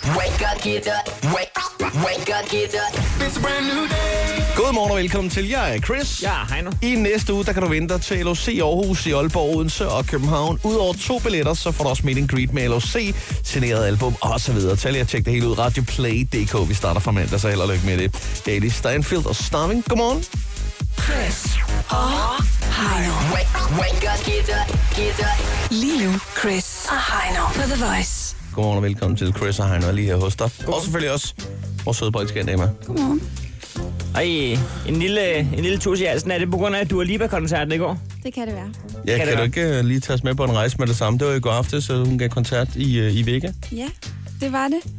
Godmorgen og velkommen til. Jeg er Chris. Ja, hej nu. I næste uge, der kan du vente dig til LOC Aarhus i Aalborg, Odense og København. Udover 2 billetter, så får du også meet and greet med LOC, signeret album og så videre. Tag lige at tjekke det hele ud. Radioplay.dk. Vi starter fra mandag, så held og lykke med det. Haley Steinfeld og Starving. Godmorgen. Chris og Heino. Lige nu, Chris og Heino på The Voice. Godmorgen og velkommen til Chris og Heino lige her hos dig. Og selvfølgelig også vores søde praktikant Emma. Godmorgen. Ej, en lille tus i halsen. Er det på grund af Dua Lipa-koncerten i går? Det kan det være. Ja, kan du ikke lige tage os med på en rejse med det samme? Det var i går aftes, så hun gav koncert i Vega. Ja, det var det.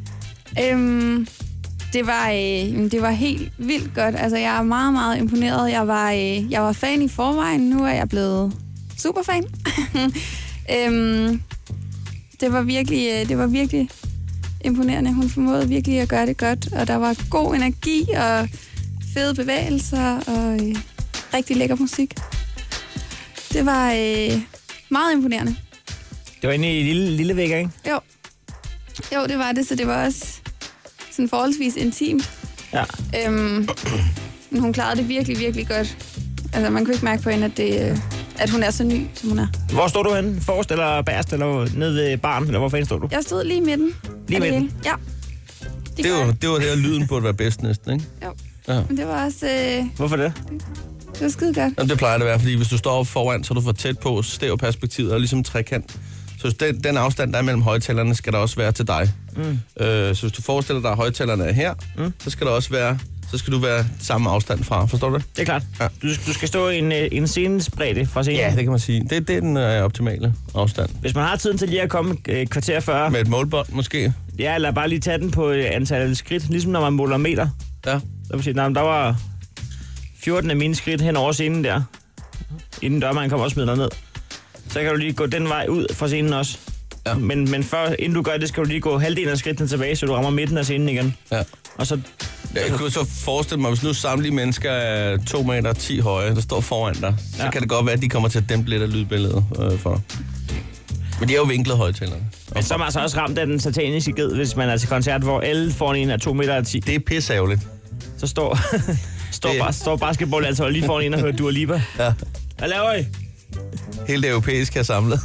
Det var helt vildt godt. Altså, jeg er meget, meget imponeret. Jeg var fan i forvejen. Nu er jeg blevet superfan. Det var virkelig imponerende. Hun formåede virkelig at gøre det godt. Og der var god energi og fede bevægelser og rigtig lækker musik. Det var meget imponerende. Det var inde i lille Vega, ikke? Jo, det var det. Så det var også sådan forholdsvis intimt. Ja. Men hun klarede det virkelig, virkelig godt. Altså, man kunne ikke mærke på hende, at hun er så ny, som hun er. Hvor stod du henne? Forrest eller bagerst, eller nede ved baren? Eller hvor fanden stod du? Jeg stod lige i midten. Lige i midten? Ja. Det var der, lyden burde være bedst næsten, ikke? Jo. Ja. Men det var også... Hvorfor det? Det var skide godt. Jamen, det plejer det at være, fordi hvis du står op foran, så er du for tæt på stævperspektivet og ligesom trekant. Så den afstand, der er mellem højtalerne, skal der også være til dig. Så hvis du forestiller dig, at højtalerne er her, så skal der også være... Så skal du være samme afstand fra. Forstår du det? Det er klart. Ja. Du skal stå i en scenesbredde fra scenen. Ja, det kan man sige. Det er den optimale afstand. Hvis man har tiden til lige at komme et kvarter før... Med et målbånd måske? Ja, eller bare lige tage den på antal skridt, ligesom når man måler meter. Ja. Så vil sige, der var 14 af mine skridt hen over scenen der. Inden dørmanden kommer og smider dig ned. Så kan du lige gå den vej ud fra scenen også. Ja. Men inden du gør det, skal du lige gå halvdelen af skridtene tilbage, så du rammer midten af scenen igen. Ja. Og så... Jeg kunne så forestille mig, hvis nu samtlige mennesker er 2,10 meter høje, der står foran dig, så kan det godt være, at de kommer til at dæmpe lidt af lydbilledet for dig. Men de er jo vinklet højtalerne. Men så er man altså også ramt af den sataniske ged, hvis man er til koncert, hvor alle foran en er 2,10 meter. Det er pisseærgerligt. Så står basketballlandsholdet lige foran en og hører Dua Lipa. Ja. Hvad laver I? Hele det europæiske er samlet.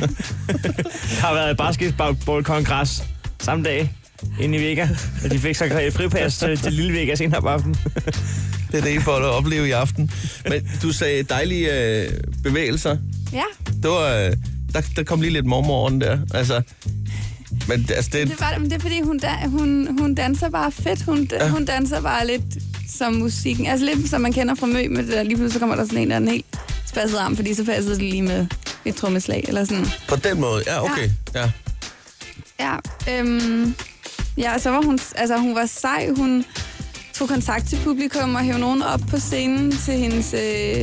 Der har været basketballkongres samme dag inde i Vega, og de fik så et fripas til lille Vega senere på aftenen. Det er det, I får at opleve i aften. Men du sagde dejlige bevægelser. Ja. Det var, der kom lige lidt mormor over den der. Altså, men altså det er fordi, hun danser bare fedt. Hun danser bare lidt som musikken. Altså lidt som man kender fra Mø, med det der. Lige pludselig så kommer der sådan en, der er en helt spasset arm, fordi så passede det lige med et trommeslag eller sådan. På den måde? Ja, okay. Ja, så var hun var sej. Hun tog kontakt til publikum og hævde nogen op på scenen til hendes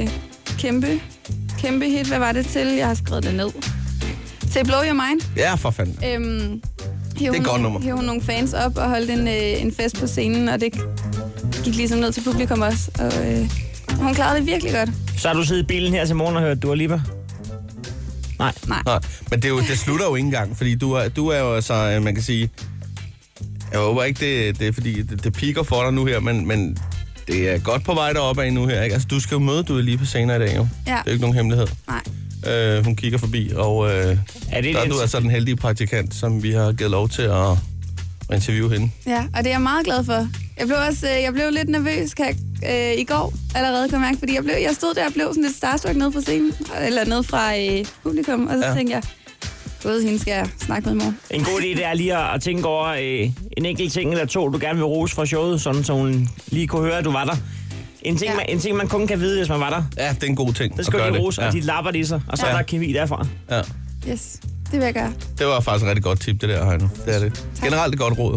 kæmpe hit. Hvad var det til? Jeg har skrevet det ned. Til Blow Your Mind. Ja, for fanden. Det er et godt nummer. Hævde nogle fans op og holdt en fest på scenen, og det gik ligesom ned til publikum også. Og hun klarede det virkelig godt. Så har du siddet i bilen her til morgen og hørt Dua Lipa? Nej. Men det slutter jo ikke engang, fordi du er jo altså, man kan sige... Jeg håber ikke, det er fordi, det piker for dig nu her, men det er godt på vej deroppe af nu her, ikke? Altså, du skal jo møde Dua Lipa senere i dag, jo. Ja. Det er ikke nogen hemmelighed. Nej. Hun kigger forbi, og der er du altså den heldige praktikant, som vi har givet lov til at interviewe hende. Ja, og det er jeg meget glad for. Jeg blev lidt nervøs i går allerede, kan jeg mærke, fordi jeg stod der og blev sådan lidt starstruck nede på scenen, eller nede fra publikum, og så tænkte jeg, gud, hende skal jeg snakke med i morgen. En god idé, det er lige at tænke over en enkelt ting eller to, du gerne vil rose fra showet, sådan så hun lige kunne høre, at du var der. En ting, man kun kan vide, hvis man var der. Ja, det er en god ting. Det skal de rose, og de lapper de sig, og så er der kemi derfra. Ja. Yes, det vil jeg gøre. Det var faktisk et rigtig godt tip, det der, Heino. Det er det. Tak. Generelt et godt råd.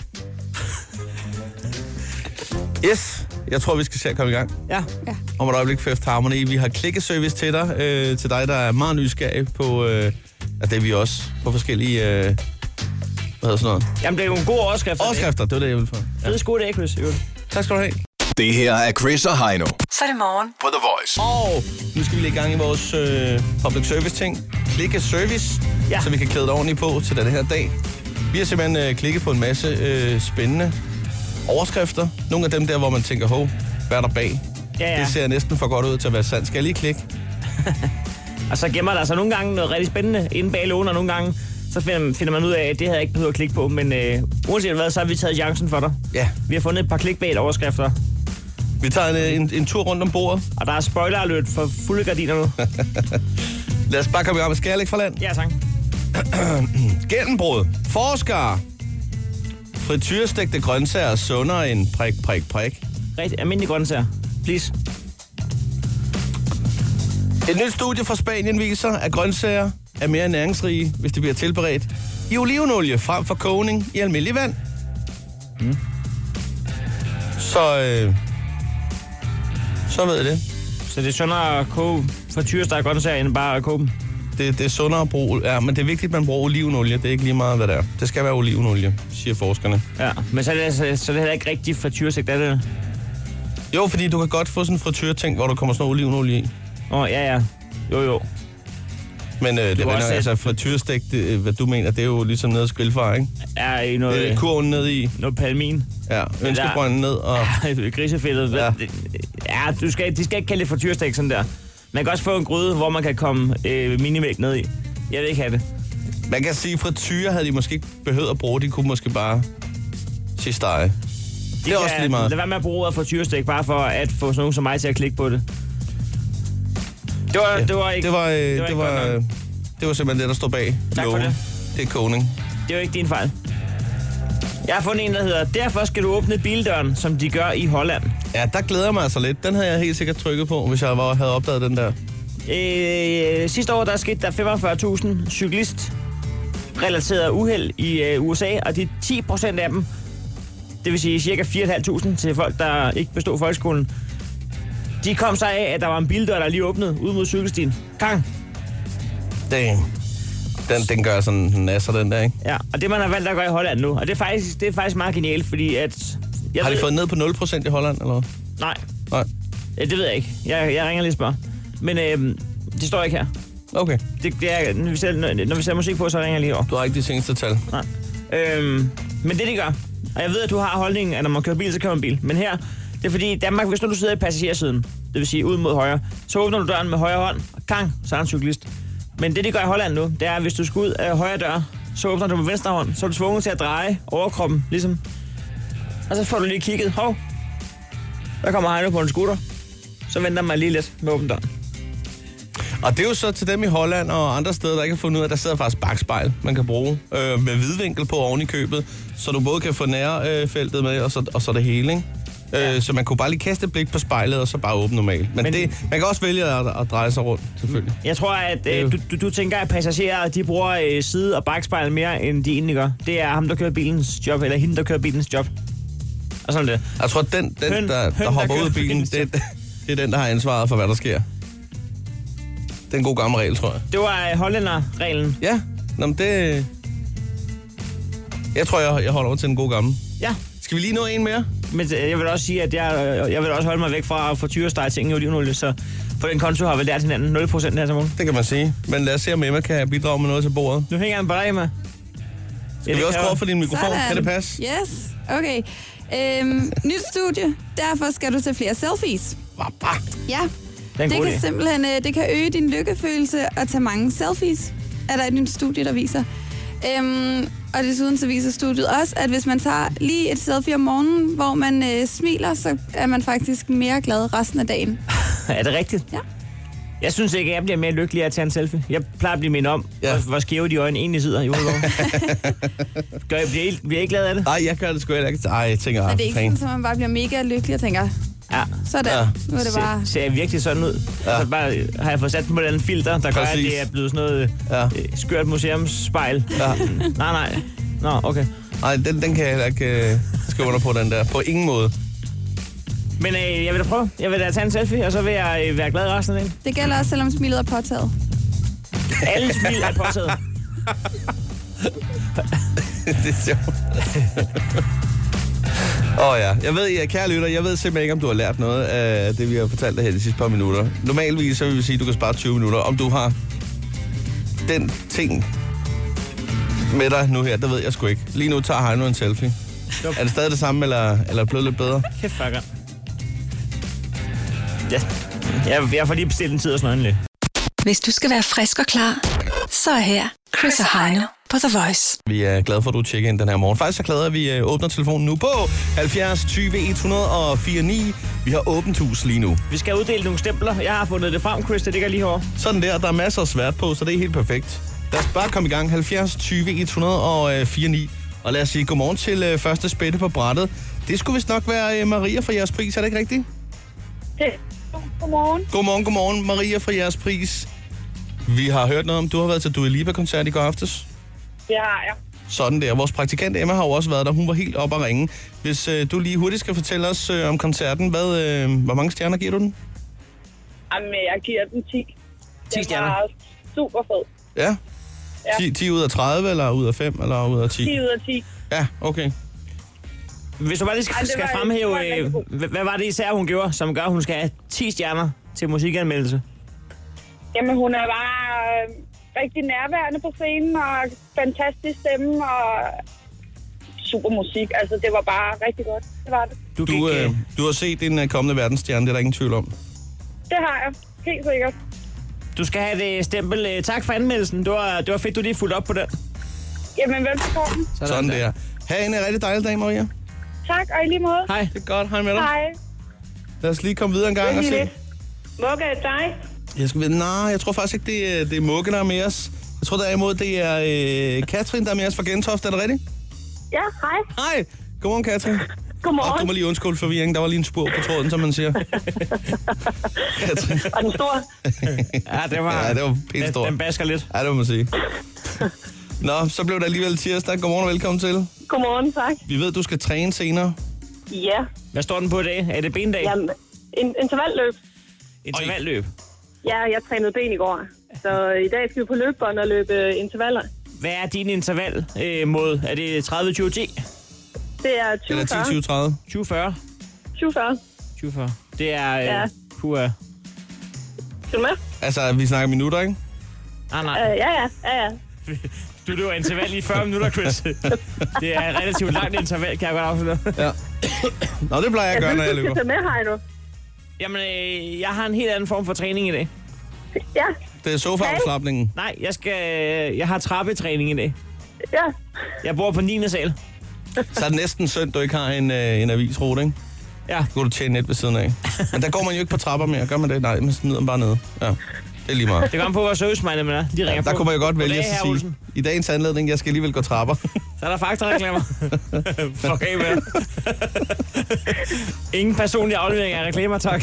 Yes, jeg tror, vi skal se at komme i gang. Ja. Om et øjeblik, Fifth Harmony. Vi har klikkeservice til dig, til dig, der er meget nysgerrig på, at det er vi også, på forskellige, hvad hedder sådan noget? Jamen, det er jo en god overskrifter. Overskrifter, det var det, jeg ville få. Ja. Fede sko, det er, Chris. Tak skal du have. Det her er Chris og Heino. Så er det morgen på The Voice. Og nu skal vi lægge gang i vores public service ting. Klikkeservice, så vi kan klæde det ordentligt på til den her dag. Vi har simpelthen klikket på en masse spændende overskrifter. Nogle af dem der, hvor man tænker, hov, hvad er der bag? Ja. Det ser næsten for godt ud til at være sandt. Skal jeg lige klikke? Og så gemmer der sig nogle gange noget rigtig spændende inde bag lågen, og nogle gange så finder man ud af, at det havde jeg ikke behøvet at klikke på. Men uanset hvad, så har vi taget chancen for dig. Ja. Vi har fundet et par clickbait-overskrifter. Vi tager en tur rundt om bordet. Og der er spoiler alert for fulde gardiner nu. Lad os bare komme i gang med skærlæg fra land. Ja, tak. Gennembrud. Forskere. Frityrestegte grøntsager er sundere end prik. Rigtig almindelig grøntsager. Please. Et nyt studie fra Spanien viser, at grøntsager er mere næringsrige, hvis de bliver tilberedt i olivenolie frem for kogning i almindelig vand. Så ved jeg det. Så det er sundere at koge frityrestegte grøntsager, end bare at koge dem? Det er sundere at bruge. Ja, men det er vigtigt, at man bruger olivenolie. Det er ikke lige meget, hvad det er. Det skal være olivenolie, siger forskerne. Ja, men så er det heller ikke rigtig frityrestegt, er det? Jo, fordi du kan godt få sådan en frityrting, hvor der kommer sådan noget olivenolie i. Ja. Jo. Men frityrestegt, hvad du mener, det er jo ligesom nede at grillfar, ikke? Ja, i noget... Det er kurven ned i. Noget palmin. Ja, ønskebrønden ned og... Grisefedtet. Ja, de skal ikke kalde det frityrestegt sådan der. Man kan også få en gryde, hvor man kan komme minimælk ned i. Jeg vil ikke have det. Man kan sige, at frityre havde de måske ikke behøvet at bruge. De kunne måske bare sige stege. Det er også lige meget. Lad være med at bruge ordet frityrestegt, bare for at få sådan nogen som mig til at klikke på det. Det var simpelthen det, der stod bag loven. Det er kogning. Det er jo ikke din fejl. Jeg har fundet en, der hedder, derfor skal du åbne bildøren, som de gør i Holland. Ja, der glæder mig altså lidt. Den havde jeg helt sikkert trykket på, hvis jeg havde opdaget den der. Sidste år, der skete der 45.000 cyklist-relaterede uheld i USA, og de 10% af dem, det vil sige cirka 4.500 til folk, der ikke bestod folkeskolen, de kom så af, at der var en bildør, der lige åbnede ud mod cykelstien. Kang! Damn. Den gør sådan nasser, den der, ikke? Ja, og det man har valgt at gøre i Holland nu, og det er faktisk meget genialt, fordi at... Har de fået ned på 0% i Holland, eller hvad? Nej. Det ved jeg ikke. Jeg ringer lige og spørger. Men det står ikke her. Okay. Det er, når vi ser musik på, så ringer jeg lige over. Du har ikke de seneste tal. Nej. Men det de gør, og jeg ved, at du har holdningen, at når man kører bil, så kører man bil. Men her, det er fordi i Danmark, hvis du sidder i passagersiden, det vil sige ud mod højre, så åbner du døren med højre hånd, og kang, så er en cyklist. Men det de gør i Holland nu, det er, at hvis du skal ud af højre dør, så åbner du med venstre hånd, så er du tvunget til at dreje overkroppen, ligesom. Og så får du lige kigget, hov, der kommer Heino på en scooter. Så venter man lige lidt med åben døren. Og det er jo så til dem i Holland og andre steder, der ikke har fundet ud af, at der sidder faktisk bakspejl, man kan bruge med vidvinkel på oven i købet, så du både kan få nærfeltet med, og så det hele, ikke? Ja. Så man kunne bare lige kaste et blik på spejlet, og så bare åbne normalt. Men det, man kan også vælge at dreje sig rundt, selvfølgelig. Jeg tror, at du tænker, at passagerer, de bruger side- og bakspejl mere, end de egentlig gør. Det er ham, der kører bilens job, eller hende, der kører bilens job. Og sådan det. Jeg tror, at den der hopper ud af bilen, det er den, der har ansvaret for, hvad der sker. Det er en god gammel regel, tror jeg. Det var hollænderreglen. Ja, nå, men det... Jeg tror, jeg holder over til en god gammel. Ja. Skal vi lige nå en mere? Men jeg vil også sige, at jeg vil også holde mig væk fra at få tyrestege ting i olivenolie, så på den konto har vi lært hinanden 0% her til morgen. Det kan man sige. Men lad os se, om Emma kan bidrage med noget til bordet. Nu hænger han på dig, Emma. Skal vi også skrue for din mikrofon? Sådan. Kan det passe? Yes. Okay. Nyt studie. Derfor skal du tage flere selfies. Ja. Det kan simpelthen det kan øge din lykkefølelse at tage mange selfies. Er der et nyt studie, der viser. Og desuden så viser studiet også, at hvis man tager lige et selfie om morgenen, hvor man smiler, så er man faktisk mere glad resten af dagen. Er det rigtigt? Ja. Jeg synes ikke, at jeg bliver mere lykkelig af at tage en selfie. Jeg plejer at blive mindet om, hvor skæve de øjne egentlig sidder i hovedet. Bliver I ikke glad af det? Nej, jeg gør det sgu ikke. Jeg tænker... Er det ikke sådan, at man bare bliver mega lykkelig og tænker... Ja. Sådan. Ja. Nu er det bare... Ser jeg virkelig sådan ud? Ja. Så bare har jeg fået sat på den filter, der gør, at det er blevet sådan noget skørt museumsspejl. Ja. Nej. Nå, okay. Nej, den kan jeg heller ikke skrive under på, den der. På ingen måde. Men jeg vil da prøve. Jeg vil da tage en selfie, og så vil jeg være glad resten af dagen. Det gælder også, selvom smilet er påtaget. Alle smil er påtaget. Det er sjovt. Jeg ved, kære lytter, jeg ved simpelthen ikke, om du har lært noget af det, vi har fortalt dig her de sidste par minutter. Normalvis så vil vi sige, at du kan spare 20 minutter. Om du har den ting med dig nu her, det ved jeg sgu ikke. Lige nu tager Heino en selfie. Er det stadig det samme, eller blevet lidt bedre? Kæft, fucker. Ja, jeg får lige bestilt en tid og sådan noget. Hvis du skal være frisk og klar, så er her Chris og Heino på The Voice. Vi er glade for, at du tjekker ind den her morgen. Faktisk er glade, at vi åbner telefonen nu på 70 20 104 9. Vi har åbent hus lige nu. Vi skal uddele nogle stempler. Jeg har fundet det frem, Chris. Det ligger lige herovre. Sådan der er masser af svært på, så det er helt perfekt. Lad os bare komme i gang. 70 20 104 9. Og lad os sige godmorgen til første spætte på brættet. Det skulle vist nok være Maria fra Jeres Pris, er det ikke rigtigt? Godmorgen. Godmorgen, Maria fra Jeres Pris. Vi har hørt noget om, du har været til Dua Lipa-koncert i går aftes. Det har jeg. Sådan der. Vores praktikant Emma har jo også været der. Hun var helt op at ringe. Hvis du lige hurtigt skal fortælle os om koncerten, hvor mange stjerner giver du den? Jamen, jeg giver den 10. 10 stjerner? Det var super fed. Ja? 10 ud af 30, eller ud af 5, eller ud af 10? 10 ud af 10. Ja, okay. Hvis du bare lige skal fremhæve, hvad var det især, hun gjorde, som gør, at hun skal have 10 stjerner til musikanmeldelse? Jamen, hun er bare rigtig nærværende på scenen, og fantastisk stemme, og super musik. Altså, det var bare rigtig godt. Det var det. Du har set en kommende verdensstjerne, det er der ingen tvivl om. Det har jeg. Helt sikkert. Du skal have det stempel. Tak for anmeldelsen. Det var fedt, du lige fulgte op på den. Jamen, velbekomme. Sådan der. Ha' en rigtig dejlig dag, Maria. Tak, og i lige måde. Hej. Det er godt. Hej med dig. Hej. Lad os lige komme videre en gang og se. Mugge, er dig? Jeg tror faktisk ikke, det er Mugge, der er med os. Jeg tror derimod, det er Katrin, der er med os fra Gentofte. Er det rigtigt? Ja, hej. Hej. Godmorgen, Katrin. Godmorgen. Og du må lige undskylde forvirring. Der var lige en spur på tråden, som man siger. Katrin. Og den store? Ja, det var pænt stort. Den basker lidt. Ja, det må man sige. Nå, så blev det alligevel tirsdag. Godmorgen og velkommen til. Godmorgen, tak. Vi ved, du skal træne senere. Ja. Hvad står den på i dag? Er det bendag? Jamen, intervalløb. Intervalløb? Ja, jeg trænede ben i går. Så i dag skal vi på løbebånd og løbe intervaller. Hvad er din interval mod? Er det 30-20-10? Det er 20-40. Eller 20-40? 20-40. 20-40. Det er... Ja. Pua. Er du med? Altså, vi snakker minutter, ikke? Nej. Ja. Du løber interval i 40 minutter, Chris. Det er et relativt langt interval, kan jeg godt afsløre. Ja. Nå, det plejer jeg at gøre, når jeg løber. Jeg synes, du skal tage med, Heino. Jamen, jeg har en helt anden form for træning i dag. Ja. Det er sofaafslapningen. Nej, jeg har trappetræning i dag. Ja. Jeg bor på 9. sal. Så er det næsten synd, du ikke har en avisrute, ikke? Ja. Så kan du tjene net ved siden af. Men der går man jo ikke på trapper mere. Gør man det? Nej, man smider dem bare ned. Ja, det er lige meget. Det kommer på, hvor servicemejlet man er. De ringer der på. kunne man jo godt vælge at sige, Olsen. i dagens anledning, jeg skal alligevel gå trapper. Så er der faktareklamer. Fuck af med. Ingen personlig aflevering af reklamer, tak.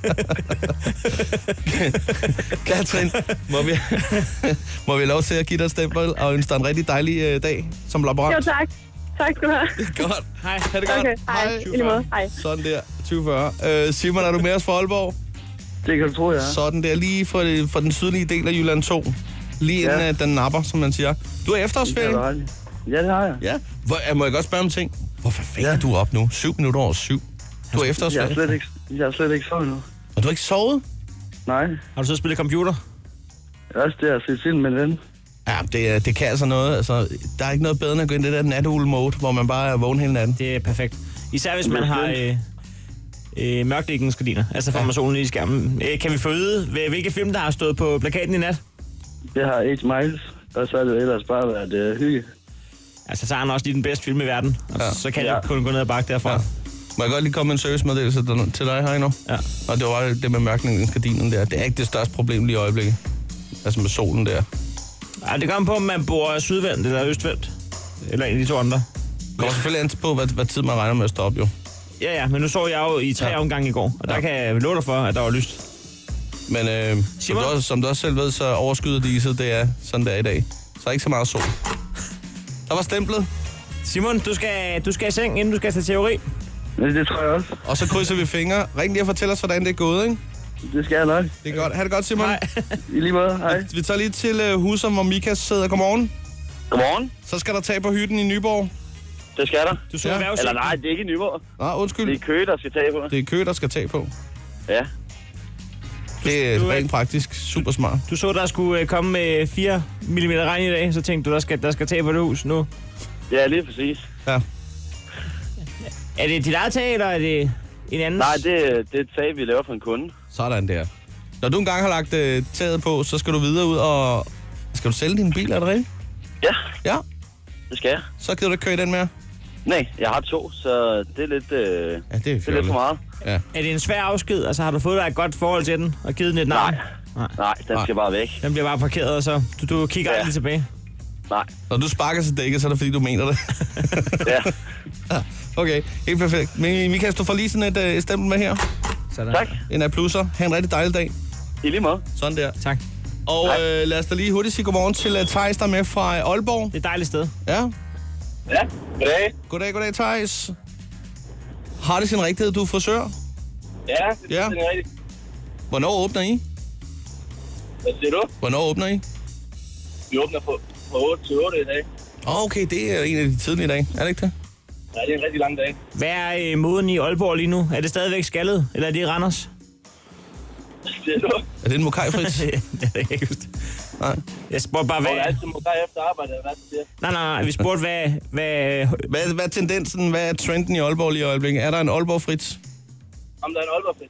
Katrin, må vi lov til at give dig et stempel og ønske dig en rigtig dejlig dag som laborant? Jo, tak. Tak skal du have. Godt. Hej. Ha' det godt. Okay, hej. I lige måde. Hej. Sådan der. 2040. Simon, er du med os fra Aalborg? Det kan du tro, ja. Sådan der. Lige fra den sydlige del af Jylland 2. Lige inden den napper, som man siger. Du er efterårsferie? Ja, det har jeg. Ja. Må jeg godt spørge om ting? Hvorfor fanden er du op nu? 7 minutter over 7. Du er efterårsferie. Jeg har slet ikke sovet nu. Og du har ikke sovet? Nej. Har du så spillet computer? Også det at se film med den. Ja, det kan altså noget. Altså, der er ikke noget bedre end at gå ind i det der nathule-mode, hvor man bare er vågen hele natten. Det er perfekt. Især hvis man har mørklægningsgardiner. Altså får man solen lige i skærmen. Kan vi få vide, hvilke film, der har stået på plakaten i nat? Det har 8 Miles, og så er det ellers bare været hygge. Altså, så er han også lige den bedste film i verden. Og så kan jeg kun gå ned og bakke derfra. Ja. Må jeg godt lige komme med en servicemeddelelse til dig, Heino? Ja. Og det var det med mørklægningsgardinen der. Det er ikke det største problem lige i øjeblikket. Altså med solen der. Ja, det kommer på, om man bor sydvendt eller østvendt. Eller en af de to andre. Det kommer selvfølgelig an på, hvad tid man regner med at stoppe, jo. Ja, men nu så jeg jo i 3 omgange i går, og der kan jeg love dig for, at der var lyst. Men som du også selv ved, så overskyder diset, det er sådan der i dag. Så ikke så meget sol. Der var stemplet. Simon, du skal i seng, inden du skal til teori. Men det tror jeg også. Og så krydser vi fingre. Ring lige og fortæl os, hvordan det er gået, ikke? Det skal jeg nok. Det er godt. Ha' det godt, Simon. Hej. I lige måde, hej. Vi tager lige til Husum, hvor Mikas sidder. Godmorgen. Godmorgen. Så skal der tage på hytten i Nyborg. Det skal der. Du så Eller nej, det er ikke i Nyborg. Nå, undskyld. Det er Køge, der skal tage på. Det er Køge, der skal tage på. Ja. Det er rent praktisk super smart. Du så, der skulle komme med 4 mm regn i dag, så tænkte du, der skal tage på det hus nu. Ja, lige præcis. Ja. Er det dit eget tag, eller er det en anden? Nej, det er et tag, vi laver for en kunde. Sådan der. Når du engang har lagt taget på, så skal du videre ud og... Skal du sælge din bil, er det rigtigt? Ja. Ja. Det skal jeg. Så kan du ikke køre i den mere? Nej, jeg har 2, så det er lidt, Ja, det er det er lidt for meget. Ja. Er det en svær afsked? Altså, har du fået dig et godt forhold til den og givet den et navn? Nej, den skal bare væk. Den bliver bare parkeret, og så du kigger aldrig tilbage? Nej. Når du sparker til dækket, så er det fordi, du mener det. Ja. Okay, helt perfekt. Men Michael, du får lige sådan et stempel med her. Sådan. Tak. En af plusser. Ha' en rigtig dejlig dag. I lige måde. Sådan der. Tak. Og lad os da lige hurtigt sige godmorgen til Theis, der er med fra Aalborg. Det er et dejligt sted. Ja. Ja, goddag. Goddag, Theis. Har det sin rigtighed, du er frisør? Ja, det er rigtigt. Hvornår åbner I? Hvad siger du? Hvornår åbner I? Vi åbner på 8 til 8 i dag. Okay, det er en af de tidlige dage. Er det ikke det? Ja, det er en rigtig lang dag. Hvad er moden i Aalborg lige nu? Er det stadigvæk skaldet, eller er det i Randers? Hvad siger du? Er det en mokai-frit? Det er ikke just. Nej. Jeg spurgte bare, Hvor hvad... er altid mokai efter arbejde, eller hvad du siger? Nej, vi spurgte, Hvad er tendensen? Hvad er trenden i Aalborg lige i øjeblikket? Er der en Aalborg-frit? Om der er en Aalborg-frit?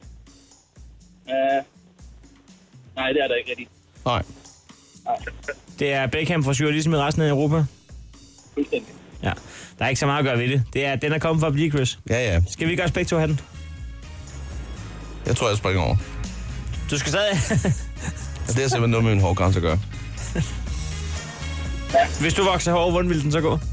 Nej, det er der ikke rigtig. Nej. Det er Beckham-frisyr, ligesom i resten af Europa. Fuldstændig. Ja, der er ikke så meget at gøre ved det. Den er kommet for at blive, Chris. Ja. Skal vi ikke også begge to have den? Jeg tror, jeg springer over. Du skal stadig... Det er simpelthen noget med min hårgrænse at gøre. Hvis du vokser hår, hvordan vil den så gå?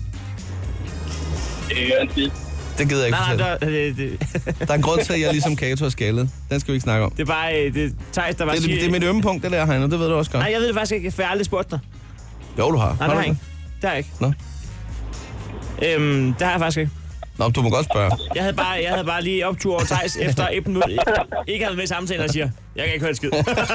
Det gider jeg ikke Nej, fortælle. Der er en grund til, at jeg ligesom Kato er skaldet. Den skal vi ikke snakke om. Det er bare Theis, der var Det er mit ømme punkt, det der, Heino. Det ved du også godt. Nej, jeg ved det faktisk ikke, for jeg har aldrig spurgt dig. Jo, du har. Nej, det har jeg ikke. Det har jeg ikke. Nå. Det har jeg faktisk ikke. Nå, du må godt spørge. Jeg havde bare lige optur over Theis efter 1 minut. Ikke havde med samtalen og siger, jeg kan ikke høre et skid.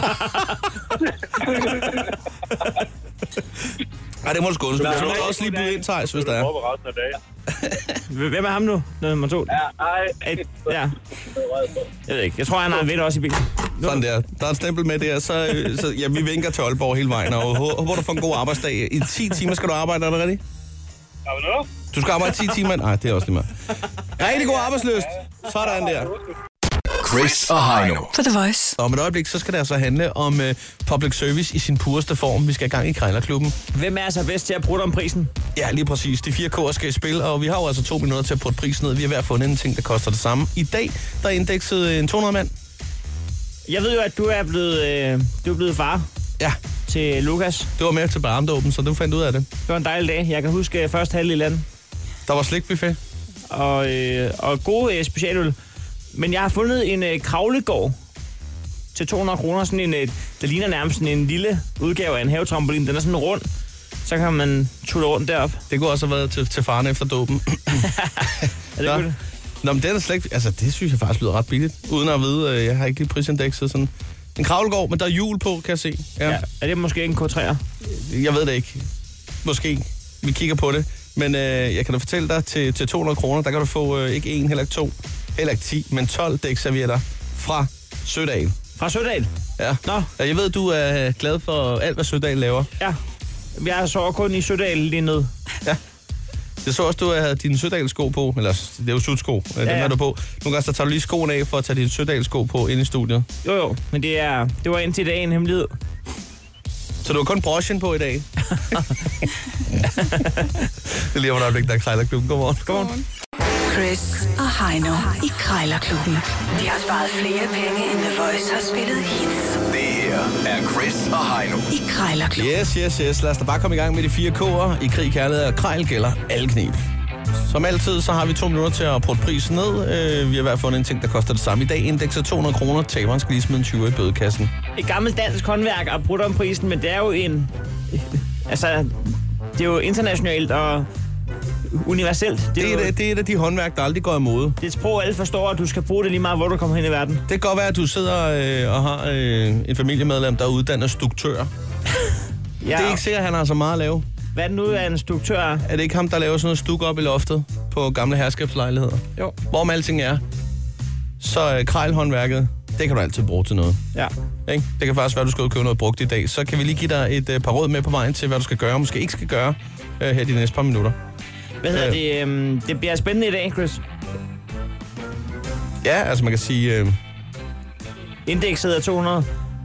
Nej, det må du sgu. Du må også lige byde ind, Theis, hvis der er. Hvem er ham nu? Nummer 2? Ja. Jeg ved ikke. Jeg tror, han har en ved også i bilen. Sådan der. Der er et stempel med der, så ja, vi vinker til Aalborg hele vejen, og håber, du får en god arbejdsdag. I 10 timer skal du arbejde, er det rigtigt? Du skal arbejde 10 timer? Nej, det er også lige meget. Rigtig god arbejdsløst. Sådan der. Chris og Heino. På The Voice. Om et øjeblik, så skal det altså handle om public service i sin pureste form. Vi skal i gang i Krejlerklubben. Hvem er så bedst til at bruge om prisen? Ja, lige præcis. De 4 K'er skal i spil, og vi har jo altså 2 minutter til at putte prisen ned. Vi har hver fundet en ting, der koster det samme. I dag, der er indekset en 200-mand. Jeg ved jo, at du er blevet far. Ja. Til Lukas. Det var med til barndåben, så du fandt ud af det. Det var en dejlig dag. Jeg kan huske første halvdel i landet. Der var slikbuffet. Og gode specialøl. Men jeg har fundet en kravlegård til 200 kroner. Sådan en, der ligner nærmest sådan en lille udgave af en havetrampolin. Den er sådan rund. Så kan man tulle rundt derop. Det kunne også have været til faren efter dåben. Er det godt? Nå, men det er da slet ikke... Altså, det synes jeg faktisk lyder ret billigt. Uden at vide, jeg har ikke lige prisindekset sådan... En kravlegård, men der er hjul på, kan jeg se. Ja. Er det måske en K3'er? Jeg ved det ikke. Måske. Vi kigger på det. Men jeg kan da fortælle dig, til 200 kroner, der kan du få ikke 1, heller ikke 2, heller ikke 10, men 12 dækservietter fra Sødal. Fra Sødal? Ja. Nå. Jeg ved, du er glad for alt, hvad Sødal laver. Ja. Jeg så kun i Sødal lige ned. Ja. Jeg så også, du havde dine Sødal-sko på, eller det er jo sudsko, dem har du på. Nogle gange så tager du lige skoene af for at tage dine Sødal-sko på ind i studiet. Jo, men det var indtil i dag en hemmelighed. Så du har kun brochen på i dag? Det er lige om et øjeblik, der er Krejlerklubben. Godmorgen. Chris og Heino i Krejlerklubben. De har sparet flere penge, end The Voice har spillet hits Det her er Chris og Heino. i Krejlerklubben. Yes. Lad os da bare komme i gang med de 4 K'er. I krig, kærlighed og krejl gælder alle knib. Som altid, så har vi 2 minutter til at putte prisen ned. Vi har i hvert fald fundet en ting, der koster det samme. I dag indekser 200 kroner. Taberen skal lige smide en 20 i bødekassen. Et gammelt dansk håndværk har brudt om prisen, men det er jo det er jo internationalt og universelt. Det er et af de håndværk, der aldrig går i mode. Det er et sprog, alle forstår, at du skal bruge det lige meget, hvor du kommer hen i verden. Det kan godt være, at du sidder og har en familiemedlem, der er uddannet stuktør. Ja. Det er ikke sikkert, at han har så meget at lave. Hvad er det nu, er en stuktør? Er det ikke ham, der laver sådan noget stuk op i loftet på gamle herskabslejligheder? Jo. Hvorom alting er. Så krejlhåndværket, det kan du altid bruge til noget. Ja. Ikke? Det kan faktisk være, at du skal ud og købe noget brugt i dag. Så kan vi lige give dig et par råd med på vejen til, hvad du skal gøre og måske ikke skal gøre her de næste par minutter. Hvad hedder det? Det bliver spændende i dag, Chris. Ja, altså man kan sige... Indekset er 200.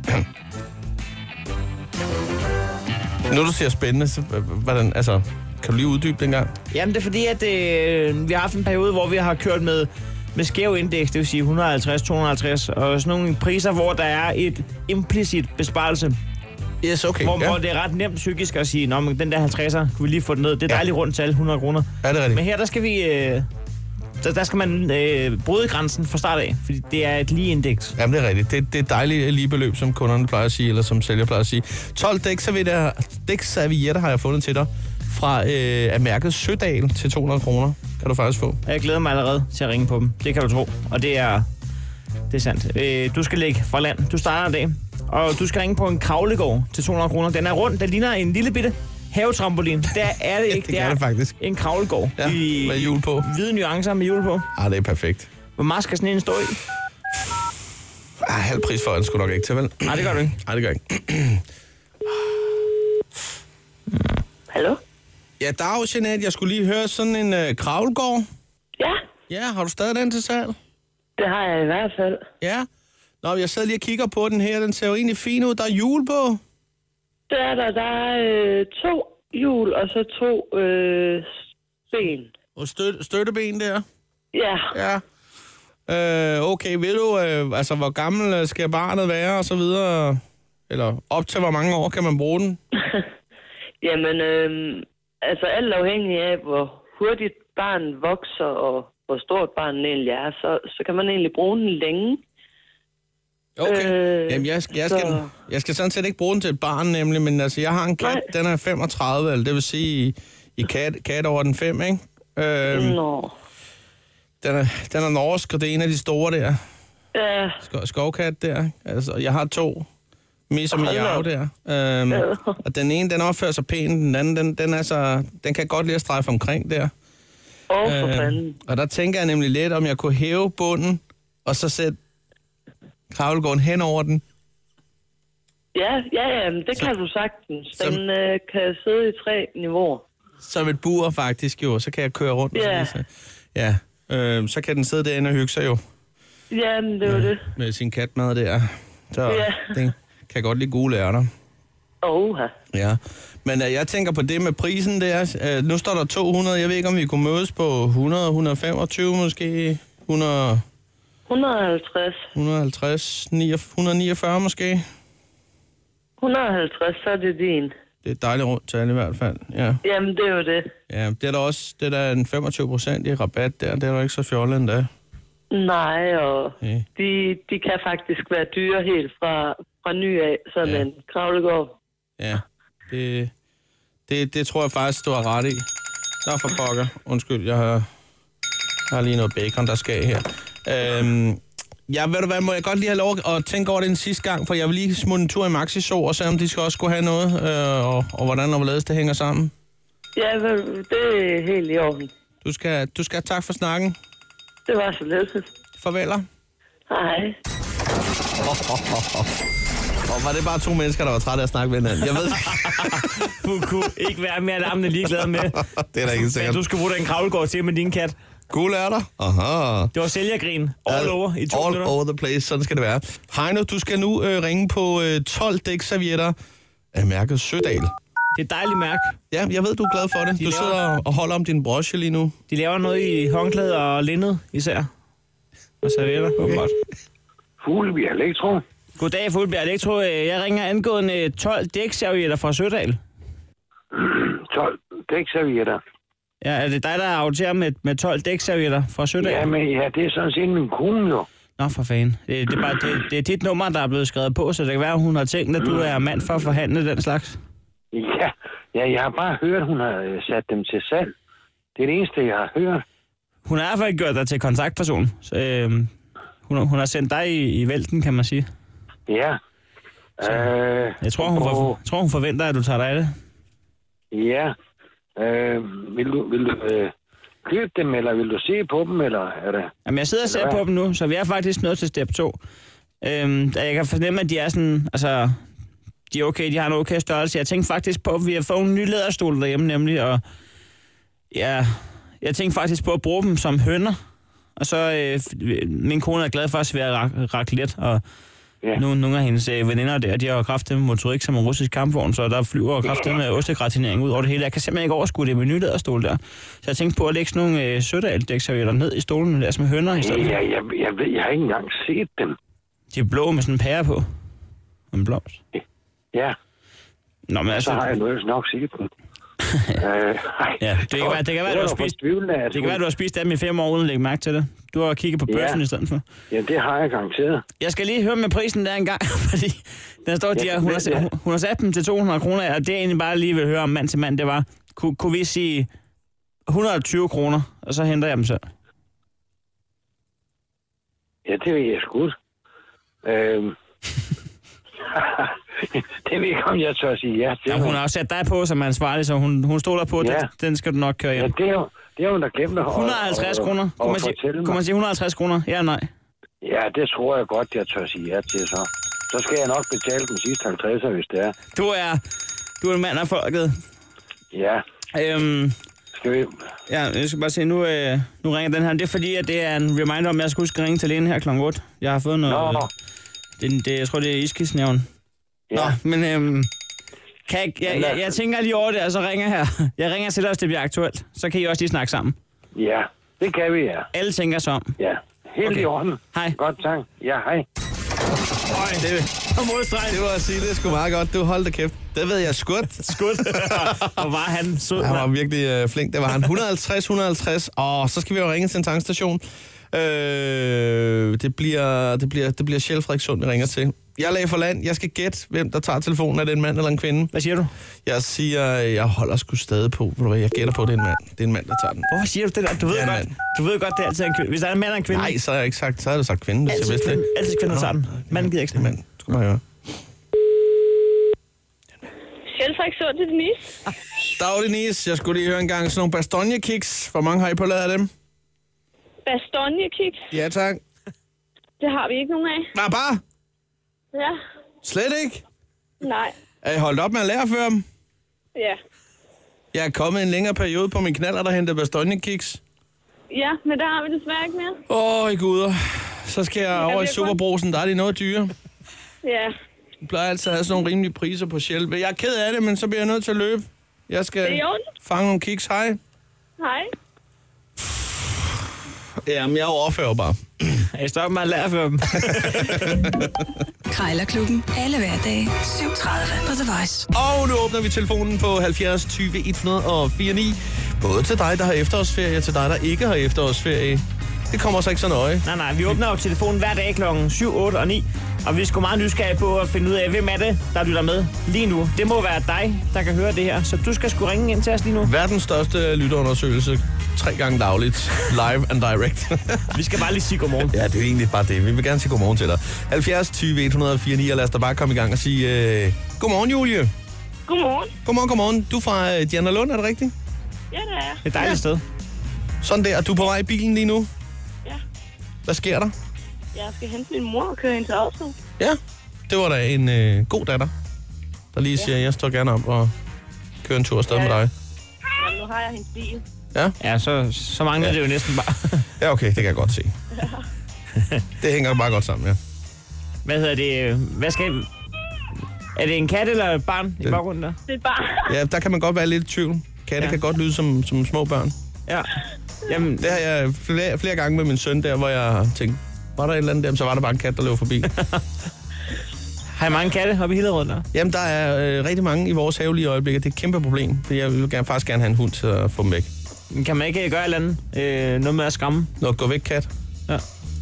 Nu du siger spændende, så hvordan, altså, kan du lige uddybe den gang? Jamen det er fordi, at vi har haft en periode, hvor vi har kørt med skæv indeks, det vil sige 150, 250, og sådan nogle priser, hvor der er et implicit besparelse. Yes, okay. Hvor det er ret nemt psykisk at sige, nå, men den der 50'er, kunne vi lige få den ned. Det er dejligt rundt tal, 100 kroner. Ja, det er rigtigt. Men her, der skal vi... Der skal man bryde grænsen fra start af, fordi det er et lige indeks. Jamen, det er rigtigt. Det er et dejligt lige beløb, som kunderne plejer at sige, eller som sælger plejer at sige. 12 dækservietter har jeg fundet til dig fra af mærket Sødal til 200 kroner. Kan du faktisk få. Jeg glæder mig allerede til at ringe på dem. Det kan du tro. Og det er sandt. Du skal ligge fra land. Du starter en dag, og du skal ringe på en kravlegård til 200 kroner. Den er rund. Den ligner en lille bitte havetrampolin. Der er det ikke. Det er det faktisk. En kravlegård. Ja, med hjul på. Hvide nuancer med hjul på. Det er perfekt. Hvor meget skal sådan en stå i? Halv pris for den skulle nok ikke til, vel? Nej, det gør du ikke. Nej, det gør ikke. Hallo? Ja, dag, Jeanette. Jeg skulle lige høre sådan en kravlegård. Ja, Ja, har du stadig den til salg? det har jeg i hvert fald. Ja. Nå, jeg sad lige og kigger på den her. Den ser jo egentlig fin ud. Der er hjul på. Det er der. Der er 2 hjul og så 2 ben. Og støtteben der. Ja, Ja. Okay, ved du, altså, hvor gammel skal barnet være, og så videre? Eller op til hvor mange år kan man bruge den? jamen, altså alt afhængig af, hvor hurtigt barnet vokser, og hvor stort barnet egentlig er, så kan man egentlig bruge den længe. Okay. Jamen, jeg skal sådan set ikke bruge den til et barn, nemlig, men altså, jeg har en kat, den er 35, eller det vil sige, i kat over den 5, ikke? Nå. Den er norsk, og det er en af de store der. Ja. Skovkat der. Altså, jeg har 2. Mis og miau der. Og den ene, den opfører sig pænt, den anden, den kan godt lide at strejfe omkring der. For fanden. Og der tænker jeg nemlig lidt, om jeg kunne hæve bunden, og så sætte kravlegården hen over den. Ja, det kan du sagtens. Den kan sidde i 3 niveauer. Som et bur faktisk jo, så kan jeg køre rundt. Ja. Ja, så kan den sidde derinde og hygge sig jo. Jamen, det var det. Med sin katmad der. Så Ja. den kan godt lide gule ærter. Ja, men jeg tænker på det med prisen der. Nu står der 200. Jeg ved ikke, om vi kunne mødes på 100, 125 måske. 100... 150. 150, 149 måske. 150, så er det din. Det er et dejligt rundt tal i hvert fald, ja. Jamen, det er jo det. Ja, det er der også, det er der en 25% i rabat der, det er jo ikke så fjollet endda. Nej, og de kan faktisk være dyre helt fra ny af, sådan en kravlegård. Ja, det tror jeg faktisk, du har ret i. Nå for pokker, undskyld, jeg har lige noget bacon, der skal her. Ja, ved du hvad, må jeg godt lige have lov at tænke over det en sidste gang, for jeg vil lige smutte en tur i Maxi Zoo, og se om de skal også skulle have noget, og hvordan og hvorledes det hænger sammen. Ja, det er helt i orden. Du skal have tak for snakken. Det var så lidt. Farveler. Hej. Og var det bare 2 mennesker, der var trætte af at snakke med hinanden? Jeg ved Hun kunne ikke være mere larmende ligeglad med. Det er da ikke sikkert. Du skal bruge den kravlegård til med din kat. Gule ærter. Aha. Det var sælgergrin. All over i 2 all minutter. All over the place, sådan skal det være. Heino, du skal nu ringe på 12 dækservietter af mærket Sødal. Det er et dejligt mærke. Ja, jeg ved, du er glad for det. Du sidder og holder om din broche lige nu. De laver noget i håndklæder og linned især. Og servietter, åbenbart. Fuglebjerg Elektro. Goddag, Fuglebjerg Elektro. Jeg ringer angående 12 dækservietter fra Sødal. 12 dækservietter. Ja, er det dig, der aftager med 12 dækservietter fra Sødal? Ja, det er sådan set min kone jo. Nå, for fanden. Det er dit nummer, der er blevet skrevet på, så det kan være, at hun har tænkt, at du er mand for at forhandle den slags. Ja, jeg har bare hørt, at hun har sat dem til salg. Det er det eneste, jeg har hørt. Hun har i hvert fald gjort dig til kontaktperson. Så, hun har sendt dig i vælten, kan man sige. Ja. Jeg tror, hun forventer, at du tager dig af det. Ja. Vil du købe dem, eller vil du se på dem, eller er det? Jamen, jeg sidder og ser på dem nu, så vi er faktisk nået til step 2. Jeg kan fornemme, at de er sådan, altså, de er okay, de har en okay størrelse. Jeg tænkte faktisk på, at vi har fået en ny læderstol derhjemme nemlig, og ja, jeg tænkte faktisk på at bruge dem som hønner. Og så, min kone er glad for at svære raclette, og nogle af hendes veninder der, de har jo kraftet med motorik som en russisk kampvogn, så der flyver kraftet med ostegratinering ud over det hele. Jeg kan simpelthen ikke overskue det med ny læderstol der. Så jeg tænkte på at lægge sådan nogle sødaldækservietter ned i stolen, der med hønner i stedet. Ja, jeg har ikke engang set dem. De er blå med sådan en pære på. En blomst. Ja. Nå, men altså... Så har jeg nok set dem. Ja, det kan være, du har spist dem i 5 år uden at lægge mærke til det. Du har kigget på bøffen i stedet for. Ja, det har jeg garanteret. Jeg skal lige høre med prisen der engang, fordi der står, at hun har sat dem til 200 kroner, og det jeg egentlig bare lige vil høre om mand til mand, det var, kunne vi sige 120 kroner, og så henter jeg dem selv? Ja, det vil jeg sgu. Det ved ikke, om jeg tør sige ja til. Ja, hun har også sat dig på som ansvarlig, så hun stoler på, at den skal du nok køre hjem. Ja, det er hun, der glemte. 150 kroner? Kunne man sige 150 kroner? Ja eller nej? Ja, det tror jeg godt, jeg tør sige ja til så. Så skal jeg nok betale den sidste 50'er, hvis det er. Du er en mand af folket. Ja. Skal vi... Ja, jeg skal bare se, nu ringer den her. Det er fordi, at det er en reminder om, at jeg skal huske at ringe til lægen her kl. 8. Jeg har fået noget... jeg tror, det er iskisnævn. Ja. Nå, men jeg tænker lige over det, og så ringer her. Jeg ringer til dig, hvis det bliver aktuelt. Så kan I også lige snakke sammen. Ja, det kan vi, ja. Alle tænker sig om. Ja, helt i orden. Hej. Godt, tak. Ja, hej. Det var at sige, det er sgu meget godt. Du holdt da kæft. Det ved jeg skudt. Og var han sød. Han var virkelig flink. Det var han. 150. Og så skal vi jo ringe til en tankstation. Det bliver Shell Frederikssund, vi ringer til. Jeg lagde for land. Jeg skal gætte, hvem der tager telefonen. Er det en mand eller en kvinde? Hvad siger du? Jeg siger, jeg holder sgu stadig på. Jeg gætter på, det er en mand. Det er en mand, der tager den. Hvorfor siger du det der? Du ved godt, det er altid en kvinde. Hvis der er en mand eller en kvinde... Nej, så har jeg ikke sagt. Så har du sagt kvinde. Altid kvinde, der tager den. Manden gider ikke sådan. Mand. Skal man høre. Shell Frederikssund til Denise. Dag, Denise. Jeg skulle lige høre en gang sådan nogle Bastogne-kiks. Hvor mange har I på ladet af dem? Bastogne-kiks? Ja, tak. Det har vi ikke nogen af. Nej, bare? Ja. Slet ikke? Nej. Er I holdt op med at lære at føre dem? Ja. Jeg er kommet en længere periode på min knaller, der henter Bastogne-kiks. Ja, men der har vi desværre ikke mere. I guder. Så skal jeg over i Superbrusen. Der er de noget dyre. Ja. Jeg plejer altid at have sådan nogle rimelige priser på Shell. Jeg er ked af det, men så bliver jeg nødt til at løbe. Jeg skal fange nogle kiks. Hej. Hej. Jamen, jeg overfører bare. Jeg stopper med at lære for dem. Krejlerklubben. Alle hverdage. 7:30 på The Voice. Og nu åbner vi telefonen på 70 20 104 9. Både til dig, der har efterårsferie, og til dig, der ikke har efterårsferie. Det kommer så ikke så nøje. Nej, vi åbner jo telefonen hver dag klokken 7, 8 og 9. Og vi er sgu meget nysgerrige på at finde ud af, hvem er det, der lytter med lige nu. Det må være dig, der kan høre det her. Så du skal sgu ringe ind til os lige nu. Verdens største lytterundersøgelse. 3 gange dagligt. Live and direct. Vi skal bare lige sige godmorgen. Ja, det er egentlig bare det. Vi vil gerne sige godmorgen til dig. 70 20 104 9, og lad os da bare komme i gang og sige godmorgen, Julie. Godmorgen. Godmorgen. Du er fra Dianalund, er det rigtigt? Ja, det er jeg. Det er et dejligt sted. Sådan der. Er du på vej i bilen lige nu? Ja. Hvad sker der? Jeg skal hente min mor og køre ind til Oslo. Ja, det var da en god datter, der lige siger, jeg står gerne op og kører en tur afsted med dig. Ja, nu har jeg hendes bil. Ja, så mangler det jo næsten bare. Ja, okay, det kan jeg godt se. Det hænger bare godt sammen, ja. Hvad hedder det? Er det en kat eller et barn i baggrunden der? Det er et barn. Ja, der kan man godt være lidt i tvivl. Katte kan godt lyde som små børn. Ja. Jamen, det har jeg flere gange med min søn der, hvor jeg tænkte, var der et eller andet der, så var der bare en kat, der løb forbi. Har I mange katte oppe i Hillerød der? Jamen, der er rigtig mange i vores have lige i øjeblikket. Det er et kæmpe problem, for jeg vil faktisk gerne have en hund til at få dem væk. Men kan man ikke gøre et eller andet? Noget med at skræmme? Noget gå væk, kat? Ja.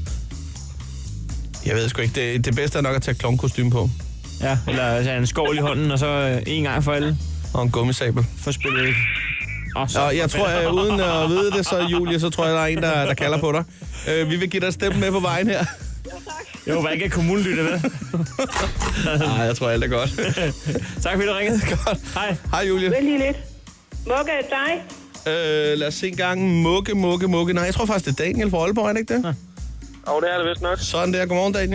Jeg ved sgu ikke. Det bedste er nok at tage klovnkostyme på. Ja, eller en skål i hånden, og så en gang for alle. Og en gummisabel. For spillet. Og jeg tror, uden at vide det, så Julie, så tror jeg, der er en, der kalder på dig. Vi vil give dig et stemme med på vejen her. Jeg håber ikke, at kommunen lytter med. Nej, jeg tror alt er godt. Tak fordi du ringede. Godt. Hej. Hej, Julie. Vent lige lidt. Mugge, er det dig? Lad os se en gang. Mugge. Nej, jeg tror faktisk, det er Daniel fra Aalborg, er det ikke det? Ja. Det er det vist nok. Sådan der. Godmorgen, Daniel.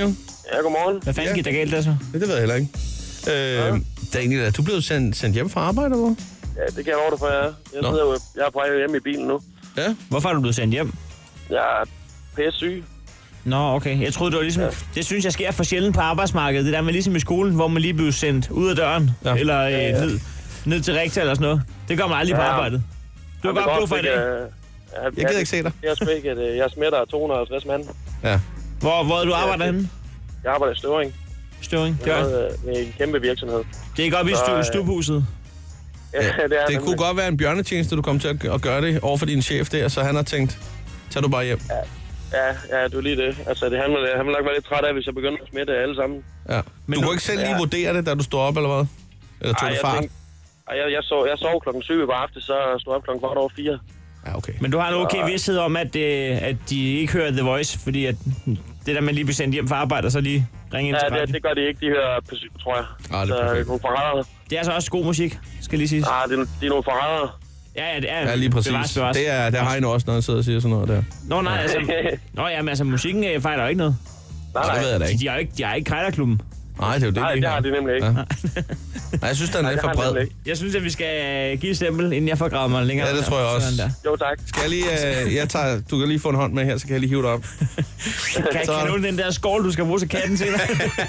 Ja, godmorgen. Hvad fanden gik der galt der så? Det ved jeg heller ikke. Daniel, er du blevet sendt hjem fra arbejde, eller hvad? Ja, det kan jeg love dig for, jeg er på vej hjemme i bilen nu. Ja. Hvorfor er du blevet sendt hjem? Jeg er pisse syg. Nå, okay. Jeg troede, det var ligesom... Ja. Det synes jeg sker for sjældent på arbejdsmarkedet. Det der med ligesom i skolen, hvor man lige bliver sendt ud af døren. Ja. Eller ned til rektor eller sådan noget. Det gør man aldrig på arbejdet. Du har godt brug for i dag. Jeg gider ikke se dig. Jeg spæk, at jeg smitter 250 mand. Ja. Hvor er du arbejder henne? Jeg arbejder i Støvring. Støvring? Det er en kæmpe virksomhed. Det er godt i stubhuset. Ja, det kunne godt være en bjørnetjeneste, du kom til at gøre det over for din chef der, så han har tænkt, tag du bare hjem. Ja, det er lige det. Altså, han vil nok være lidt træt af, hvis jeg begynder at smitte alle sammen. Ja. Men du kunne ikke selv lige vurdere det, da du stod op, eller hvad? Eller tog det fart? Jeg sov klokken 7 i aften, så stod op klokken 4:15. Ja, okay. Men du har en okay vidsthed om, at de ikke hører The Voice, fordi at det der, man lige bliver sendt hjem fra arbejde, og så lige ringe ind til radio. Ja, det gør de ikke. De hører på syg, tror jeg. Ah, det er perfekt. Nogle forrædere. Det er altså også god musik, skal lige sige. Det er nogle forrædere. Ja, det er. Ja, lige præcis. Der har I nu også noget, der sidder og siger sådan noget der. Nå, nej, altså... men altså, musikken fejler jo ikke noget. Nej, det ved jeg da ikke. De har ikke Krejlerklubben. Nej, det er jo det. Nej, det har de nemlig ikke. Ja. Nej, jeg synes, den er lidt for bred. Jeg synes, at vi skal give et stempel, inden jeg får gravet mig længere. Ja, det tror jeg også. Jo, tak. Skal jeg lige... du kan lige få en hånd med her, så kan jeg lige hive dig op. Kan du den der skål, du skal bruge til katten til dig?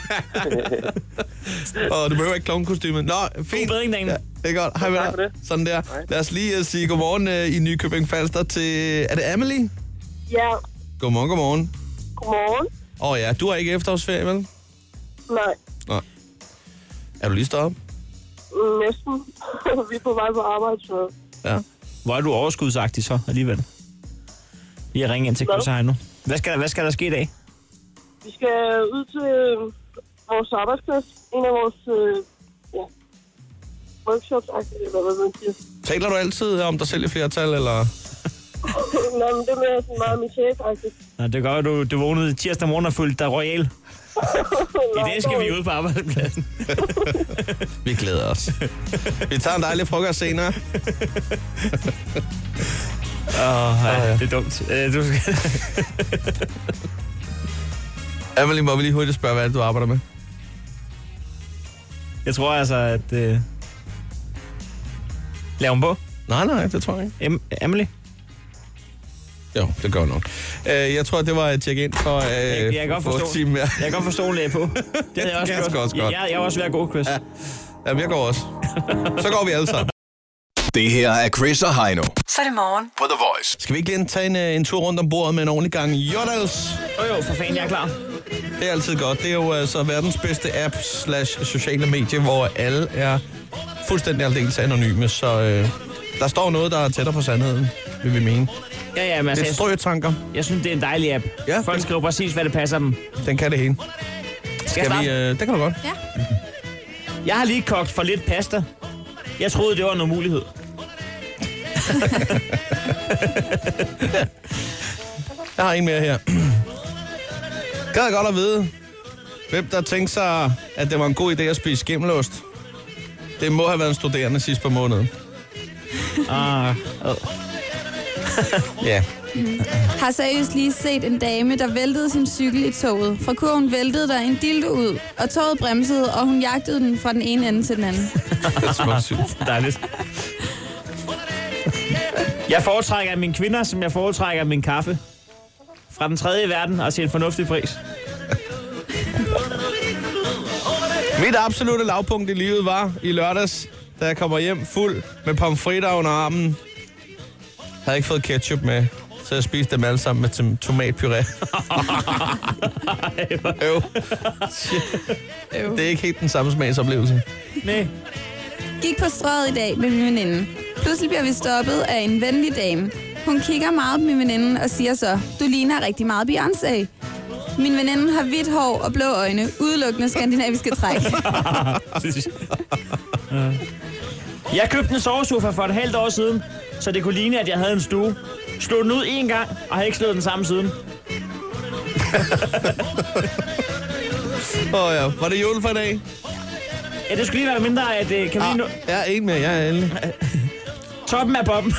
Du behøver ikke klovnkostymet. Nå, fint. God bedring, Daniel. Det er godt. Hej med dig. Sådan der. Lad os lige sige godmorgen i Nykøbing Falster til... Er det Amelie? Ja. Godmorgen. Godmorgen. Ja, du har ikke efterårsferie, vel? Nej. Er du lige stået op? Næsten. Vi er på vej på arbejde, så... Ja. Hvor er du overskudsagtig så alligevel? Lige at ringe ind til Chris og Heino. Hvad skal der ske i dag? Vi skal ud til vores arbejdsplads. En af vores workshops-agtige, eller hvad man siger. Taler du altid om dig selv i flertal, eller? Nej, men det er mere sådan meget min chef-agtigt. Nej, det gør du vågnede tirsdag morgen og følte dig royal. I dag skal vi ud på arbejdspladsen. Vi glæder os. Vi tager en dejlig frokost senere. Det er dumt. Du skal... Amelie, må vi lige hurtigt spørge, hvad du arbejder med? Jeg tror altså, at... Lav hun på? Nej, det tror jeg ikke. Amelie? Jo, det gør jeg nok. Jeg tror, det var et check-in for jeg kan godt forstå, time mere. Jeg kan godt forstå, hun lagde på. Det havde jeg også godt. Jeg er også ved at gå, Chris. Ja. Jamen, jeg går også. Så går vi alle sammen. Det her er Chris og Heino. Så er det morgen På The Voice. Skal vi ikke lige tage en tur rundt om bordet med en ordentlig gang jordals? Jo, for fanden, jeg er klar. Det er altid godt. Det er jo altså verdens bedste app / sociale medier, hvor alle er fuldstændig aldeles anonyme. Så der står noget, der er tættere på sandheden, vil vi mene. Ja, men altså, det er strøtanker. Jeg synes, det er en dejlig app. Ja, folk skriver præcis, hvad det passer dem. Den kan det hele. Skal vi? Det kan du godt. Ja. Jeg har lige kogt for lidt pasta. Jeg troede, det var en umulighed. Jeg har en mere her. Gad jeg godt at vide, hvem der tænkte sig, at det var en god idé at spise skimmelost. Det må have været en studerende sidst på måneden. Ja. Har seriøst lige set en dame, der væltede sin cykel i toget. Fra kurven væltede der en dildo ud, og toget bremsede, og hun jagtede den fra den ene ende til den anden. Det er smukt sygt. Dejligt. Jeg foretrækker mine kvinder, som jeg foretrækker min kaffe. Fra den tredje verden og til en fornuftig pris. Mit absolutte lavpunkt i livet var i lørdags, da jeg kommer hjem fuld med pomfritter under armen. Jeg havde ikke fået ketchup med, så jeg spiste dem alle sammen med tomatpuré. Det er ikke helt den samme smagsoplevelse. Nej. Gik på strøget i dag med min veninde. Pludselig bliver vi stoppet af en venlig dame. Hun kigger meget på min veninde og siger så, du ligner rigtig meget Beyoncé. Min veninde har hvidt hår og blå øjne, udelukkende skandinaviske træk. Jeg købte en sovesofa for et halvt år siden, så det kunne ligne, at jeg havde en stue. Slå den ud en gang, og har ikke slået den samme siden. Ja. Var det jul for i dag? Ja, det skulle lige være mindre, at kan vi nu... Ja, en mere. Jeg er endelig. Toppen af poppen.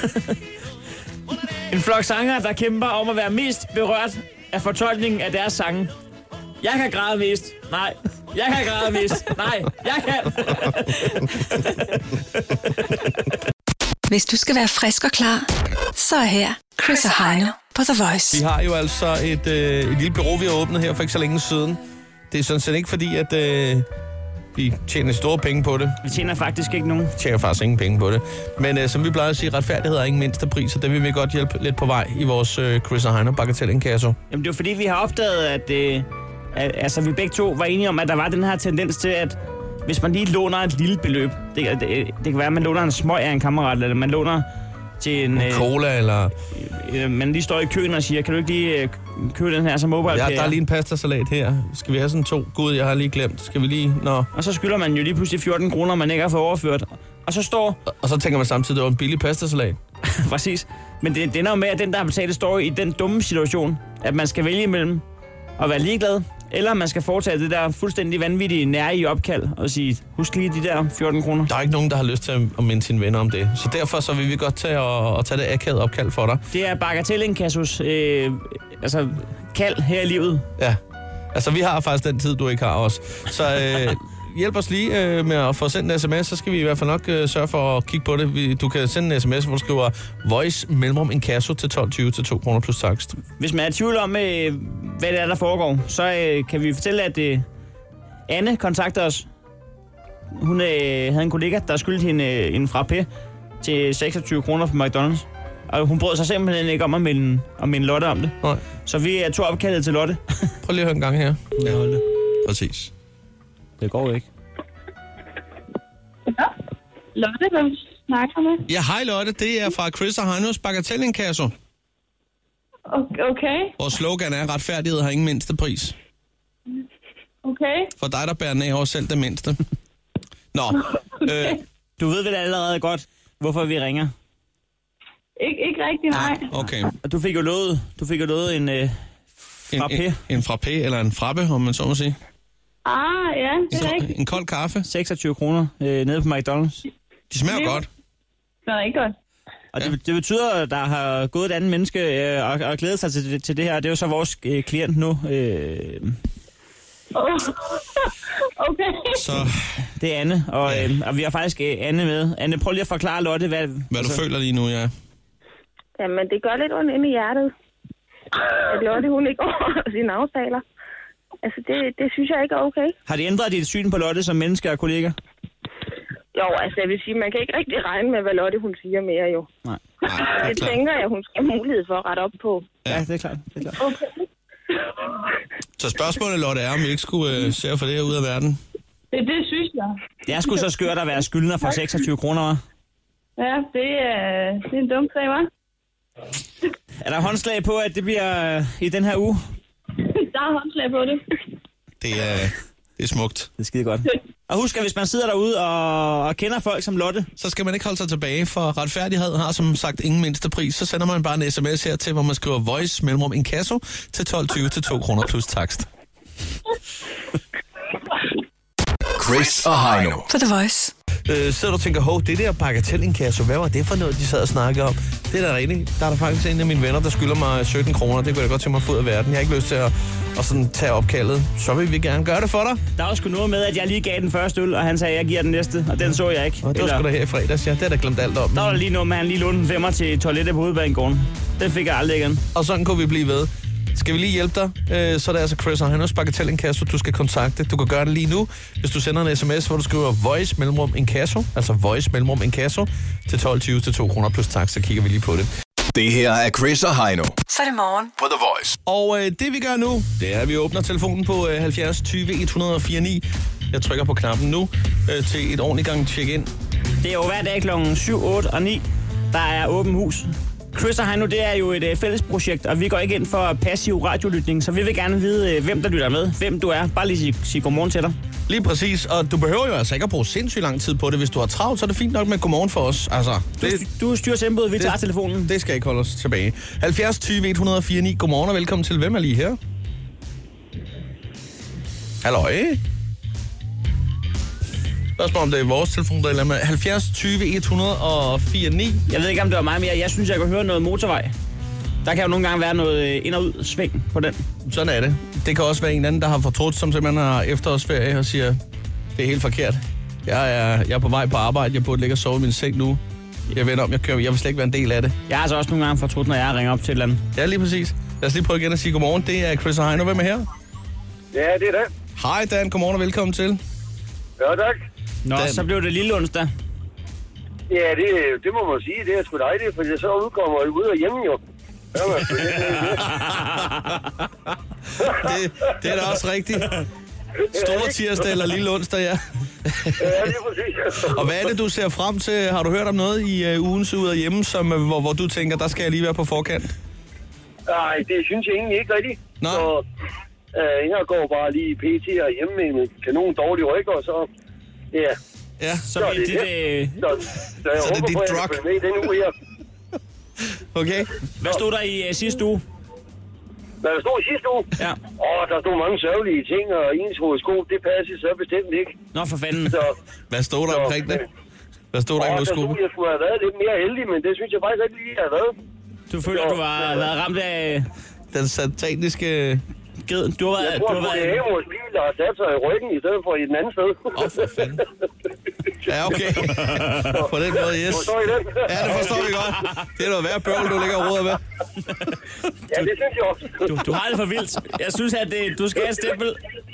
En flok sanger, der kæmper om at være mest berørt af fortolkningen af deres sange. Jeg kan græde mest. Nej. Jeg kan græde mest. Nej. Jeg kan. Hvis du skal være frisk og klar, så er her Chris og Heino på The Voice. Vi har jo altså et lille bureau, vi har åbnet her for ikke så længe siden. Det er sådan set ikke fordi, at vi tjener store penge på det. Vi tjener faktisk ikke nogen. Vi tjener faktisk ingen penge på det. Men som vi plejer at sige, retfærdighed er ingen mindste pris, og det vil vi godt hjælpe lidt på vej i vores Chris og Heino Bagatellinkasso. Jamen det er fordi, vi har opdaget, at vi begge to var enige om, at der var den her tendens til, at hvis man lige låner et lille beløb, det kan være, at man låner en smøg af en kammerat, eller man låner til en cola, eller man lige står i køen og siger, kan du ikke lige købe den her som mobile? Ja, der er lige en pastasalat her. Skal vi have sådan 2? Gud, jeg har lige glemt. Skal vi lige... Nå. Og så skylder man jo lige pludselig 14 kroner, man ikke har fået overført. Og så står... Og så tænker man samtidig, det var en billig pastasalat. Præcis. Men det ender jo med, at den, der har betalt, står i den dumme situation, at man skal vælge imellem at være ligeglad, eller man skal foretage det der fuldstændig vanvittige nærige opkald og sige, husk lige de der 14 kroner. Der er ikke nogen, der har lyst til at minde sine venner om det. Så derfor så vil vi godt tage det akavet opkald for dig. Det er Bagatellinkassos kald her i livet. Ja, altså vi har faktisk den tid, du ikke har også. Så hjælp os lige med at få sendt en sms, så skal vi i hvert fald nok sørge for at kigge på det. Du kan sende en sms, hvor du skriver voice mellemrum inkasso til 12.20 til 2 kroner plus takst. Hvis man er i tvivl om, hvad det er, der foregår, så kan vi fortælle, at Anne kontakter os. Hun havde en kollega, der skyldte hende en frappé til 26 kroner på McDonald's. Og hun brød sig simpelthen ikke om at minde Lotte om det. Nej. Så vi tog opkaldet til Lotte. Prøv lige at høre en gang her. Ja, hold det. Præcis. Det går ikke. Ja. Lotte, hvem snakker med? Ja, hej Lotte. Det er fra Chris og Heinos Bagatellinkasso. Okay. Vores slogan er, retfærdighed har ingen mindste pris. Okay. For dig, der bærer den af over selv det mindste. Nå. Okay. Du ved vel allerede godt, hvorfor vi ringer? Ikke rigtigt, nej. Okay. Du fik jo lovet en frappé. En frappé, eller en frappe, om man så må sige. Ja, det er rigtigt. En kold kaffe. 26 kroner nede på McDonald's. De smager godt. Det er ikke godt. Og det betyder, at der har gået et andet menneske og glædet sig til det her. Det er jo så vores klient nu. Okay. Så det er Anne, og vi har faktisk Anne med. Anne, prøv lige at forklare Lotte, hvad du føler lige nu, ja. Jamen, det gør lidt ondt inde i hjertet. At Lotte, hun ikke overholder sine aftaler. Altså, det synes jeg ikke er okay. Har det ændret dit syn på Lotte som menneske og kollega? Jo, altså jeg vil sige, man kan ikke rigtig regne med, hvad Lotte hun siger mere jo. Nej. Det tænker jeg, hun skal have mulighed for at rette op på. Ja, det er klart. Okay. Så spørgsmålet, Lotte, er, om vi ikke skulle se for det her ud af verden? Det synes jeg. Det er sgu så skørt at være skyldner for 26 kroner, hva'? Ja, det er en dum sag, hva'? Er der håndslag på, at det bliver i den her uge? Der er håndslag på det. Det er smukt. Det er skide godt. Og husk, at hvis man sidder derude og kender folk som Lotte, så skal man ikke holde sig tilbage, for retfærdighed har som sagt ingen mindste pris. Så sender man bare en sms her til, hvor man skriver voice mellemrum inkasso til 12.20 til 2 kroner plus takst. Chris og Heino på The Voice. Så du tænker, det der Bagatellinkasso, hvad var det for noget, de sad og snakkede om? Det er da rigtigt. Der er der faktisk en af mine venner, der skylder mig 17 kroner. Det kunne jeg godt tænke mig at få ud af verden. Jeg har ikke lyst til at sådan tage opkaldet. Så vil vi gerne gøre det for dig. Der var sgu noget med, at jeg lige gav den første øl, og han sagde, at jeg giver den næste, og den så jeg ikke. Og det var sgu da her i fredags, ja. Det er da glemt alt om. Der var der lige noget med, at han lige lånte en 5'er til toilettet på Hovedbanegården. Den fik jeg aldrig igen. Og sådan kunne vi blive ved. Skal vi lige hjælpe dig? Så er det altså Chris og Heinos Bagatellinkasso, du skal kontakte. Du kan gøre det lige nu, hvis du sender en sms, hvor du skriver voice mellemrum inkasso, altså voice mellemrum inkasso, til 12.20 til 2 kroner plus takst, så kigger vi lige på det. Det her er Chris og Heino Så er det morgen på The Voice. Og det vi gør nu, det er, at vi åbner telefonen på 70 20 104 9. Jeg trykker på knappen nu til et ordentligt gang check-in. Det er jo hver dag klokken 7, 8 og 9, der er åben hus. Chris og Heino, det er jo et fælles projekt, og vi går ikke ind for passiv radiolytning, så vi vil gerne vide, hvem der lytter med, hvem du er. Bare lige sige godmorgen til dig. Lige præcis, og du behøver jo altså ikke at bruge sindssygt lang tid på det. Hvis du har travlt, så er det fint nok med godmorgen for os. Altså, du styrer tempoet, vi tager telefonen. Det skal ikke holde os tilbage. 70 20 104 9. Godmorgen og velkommen til. Hvem er lige her? Halløj? Spørgsmål om det er vores telefon, der er med 70 20 104 9. Jeg ved ikke, om det var mig mere. Jeg synes, jeg kunne høre noget motorvej. Der kan jo nogle gange være noget ind- og ud sving på den. Sådan er det. Det kan også være en anden, der har fortrudt, som simpelthen har efterårsferie og siger, det er helt forkert. Jeg er på vej på arbejde, jeg burde ligge og sove i min seng nu. Jeg vender om, jeg kører, jeg vil slet ikke være en del af det. Jeg har altså også nogle gange fortrudt, når jeg ringer op til et eller andet. Ja, lige præcis. Lad os lige prøve igen at sige godmorgen. Det er Chris og Heino. Hvem er her? Ja, det er Dan. Hej Dan, godmorgen og velkommen til. Ja, tak. Nå, Dan. Så blev det lille onsdag. Ja, det må man sige. Det er sgu dejligt, for så udkommer jeg ud af hjemme jo. Det er da også rigtigt. Store tirsdag eller lille onsdag, ja. Ja, lige præcis. Og hvad er det, du ser frem til? Har du hørt om noget i ugens ud af hjemme, hvor du tænker, der skal jeg lige være på forkant? Nej, det synes jeg egentlig ikke rigtigt. Nå. Så jeg går bare lige PT hjemme med en kanon dårlig ryg, og så... Ja. Ja, så er det dit... Så jeg håber på, at jeg kan med i denne uge her. Okay. Hvad stod der i sidste uge? Hvad der stod i sidste uge? Ja. Der stod mange sørgelige ting, og ens horoskop, det passer så bestemt ikke. Nå, for fanden. Så, hvad stod der omkring det? Hvad stod der i horoskopet? Der stod, jeg skulle have været lidt mere heldig, men det synes jeg faktisk ikke lige, jeg har været. Du føler, du har været ramt af... Den sataniske... Du har været... Jeg tror, det er vores bil, der har sat sig i ryggen, i stedet for i den anden sted. For fanden. Ja, okay. På den måde, yes. Forstår I det? Ja, det forstår vi godt. Det er noget værd bøvl, du ligger og roder med. Ja, det synes jeg også. Du har det for vildt. Jeg synes, at du skal have et stempel.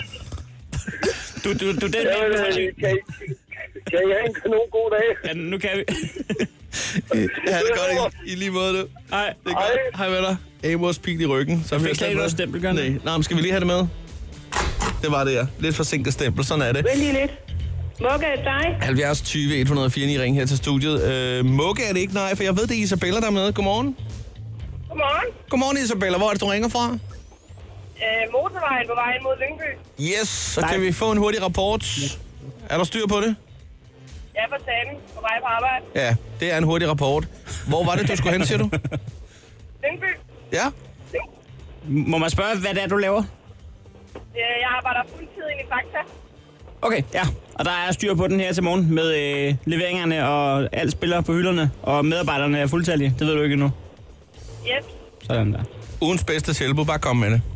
Kan I have en kanon god dag? Ja, nu kan vi. Ja, det er godt i lige måde, du. Hej. Det er godt. Hej med dig. Amos pil i ryggen. Så fik slet ikke noget stempel, gør det? Nej, men skal vi lige have det med? Det var det, ja. Lidt forsinket stempel, sådan er det. Vent lige lidt. Mugge, er det dig? 70 20 104 ring her til studiet. Mugge er det ikke, nej, for jeg ved, det er Isabella, der er med. Godmorgen. Godmorgen. Godmorgen, Isabella. Hvor er det, du ringer fra? Motorvejen på vejen mod Lyngby. Yes, så kan vi få en hurtig rapport. Er der styr på det? Ja, for satan. På vej på arbejde. Ja, det er en hurtig rapport. Hvor var det, du skulle hen, siger du? Lyngby. Ja. Må man spørge, hvad det er, du laver? Jeg arbejder fuldtid ind i Fakta. Okay, ja. Og der er styr på den her til morgen med leveringerne og alt spiller på hylderne, og medarbejderne er fuldtallige. Det ved du ikke endnu. Yes. Sådan der. Ugens bedste tilbud, bare kom med det.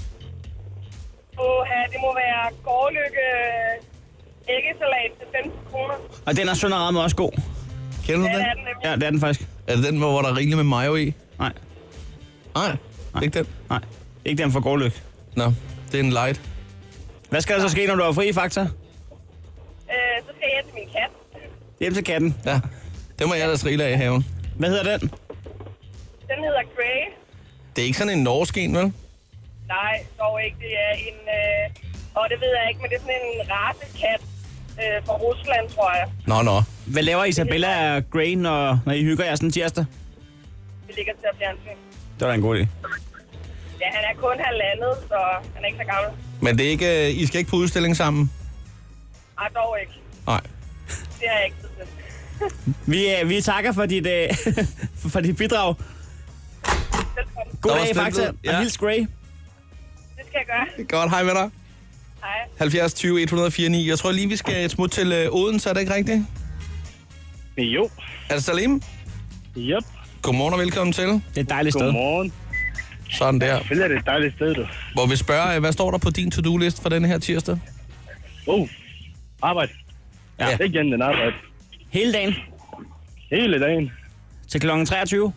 Det må være gårdlykke æggesalat til 15 kroner. Og den er Sønderramme også god. Kender du den? Det er den nemlig. Ja, det er den faktisk. Er det den, hvor der er rigeligt med mayo i? Nej. Nej, ikke den? Nej, ikke den for gårdlykke. Nå, det er en light. Hvad skal der så ske, når du er fri i Fakta? Så skal jeg hjem til min kat. Hjem til katten. Ja, det må jeg da skrige af i haven. Hvad hedder den? Den hedder Grey. Det er ikke sådan en norsk en, vel? Nej, dog ikke. Det er en... og det ved jeg ikke, men det er sådan en racekat fra Rusland, tror jeg. Nå. Hvad laver Isabella Grey, når I hygger jer sådan tirsdag? Vi ligger til at fjernsyn. Det var da en god idé. Ja, han er kun halvandet, så han er ikke så gammel. Men det er ikke, I skal ikke på udstilling sammen? Ej, dog ikke. Nej. Det har jeg ikke tid til. Vi takker for dit, for dit bidrag. God dag, Fakta. Og hils Grey. Det skal jeg gøre. Det er godt. Hej med dig. Hej. 70 20 104 9. Jeg tror lige, vi skal et smut til Odense. Er det ikke rigtigt? Jo. Er det Salim? Yep. Godmorgen og velkommen til. Det er et dejligt sted. Godmorgen. Sådan der. Selvfølgelig er det et dejligt sted, du. Hvor vi spørger, hvad står der på din to-do-list for denne her tirsdag? Arbejde. Ja. Ikke igen den arbejde. Hele dagen? Hele dagen. Til klokken 23?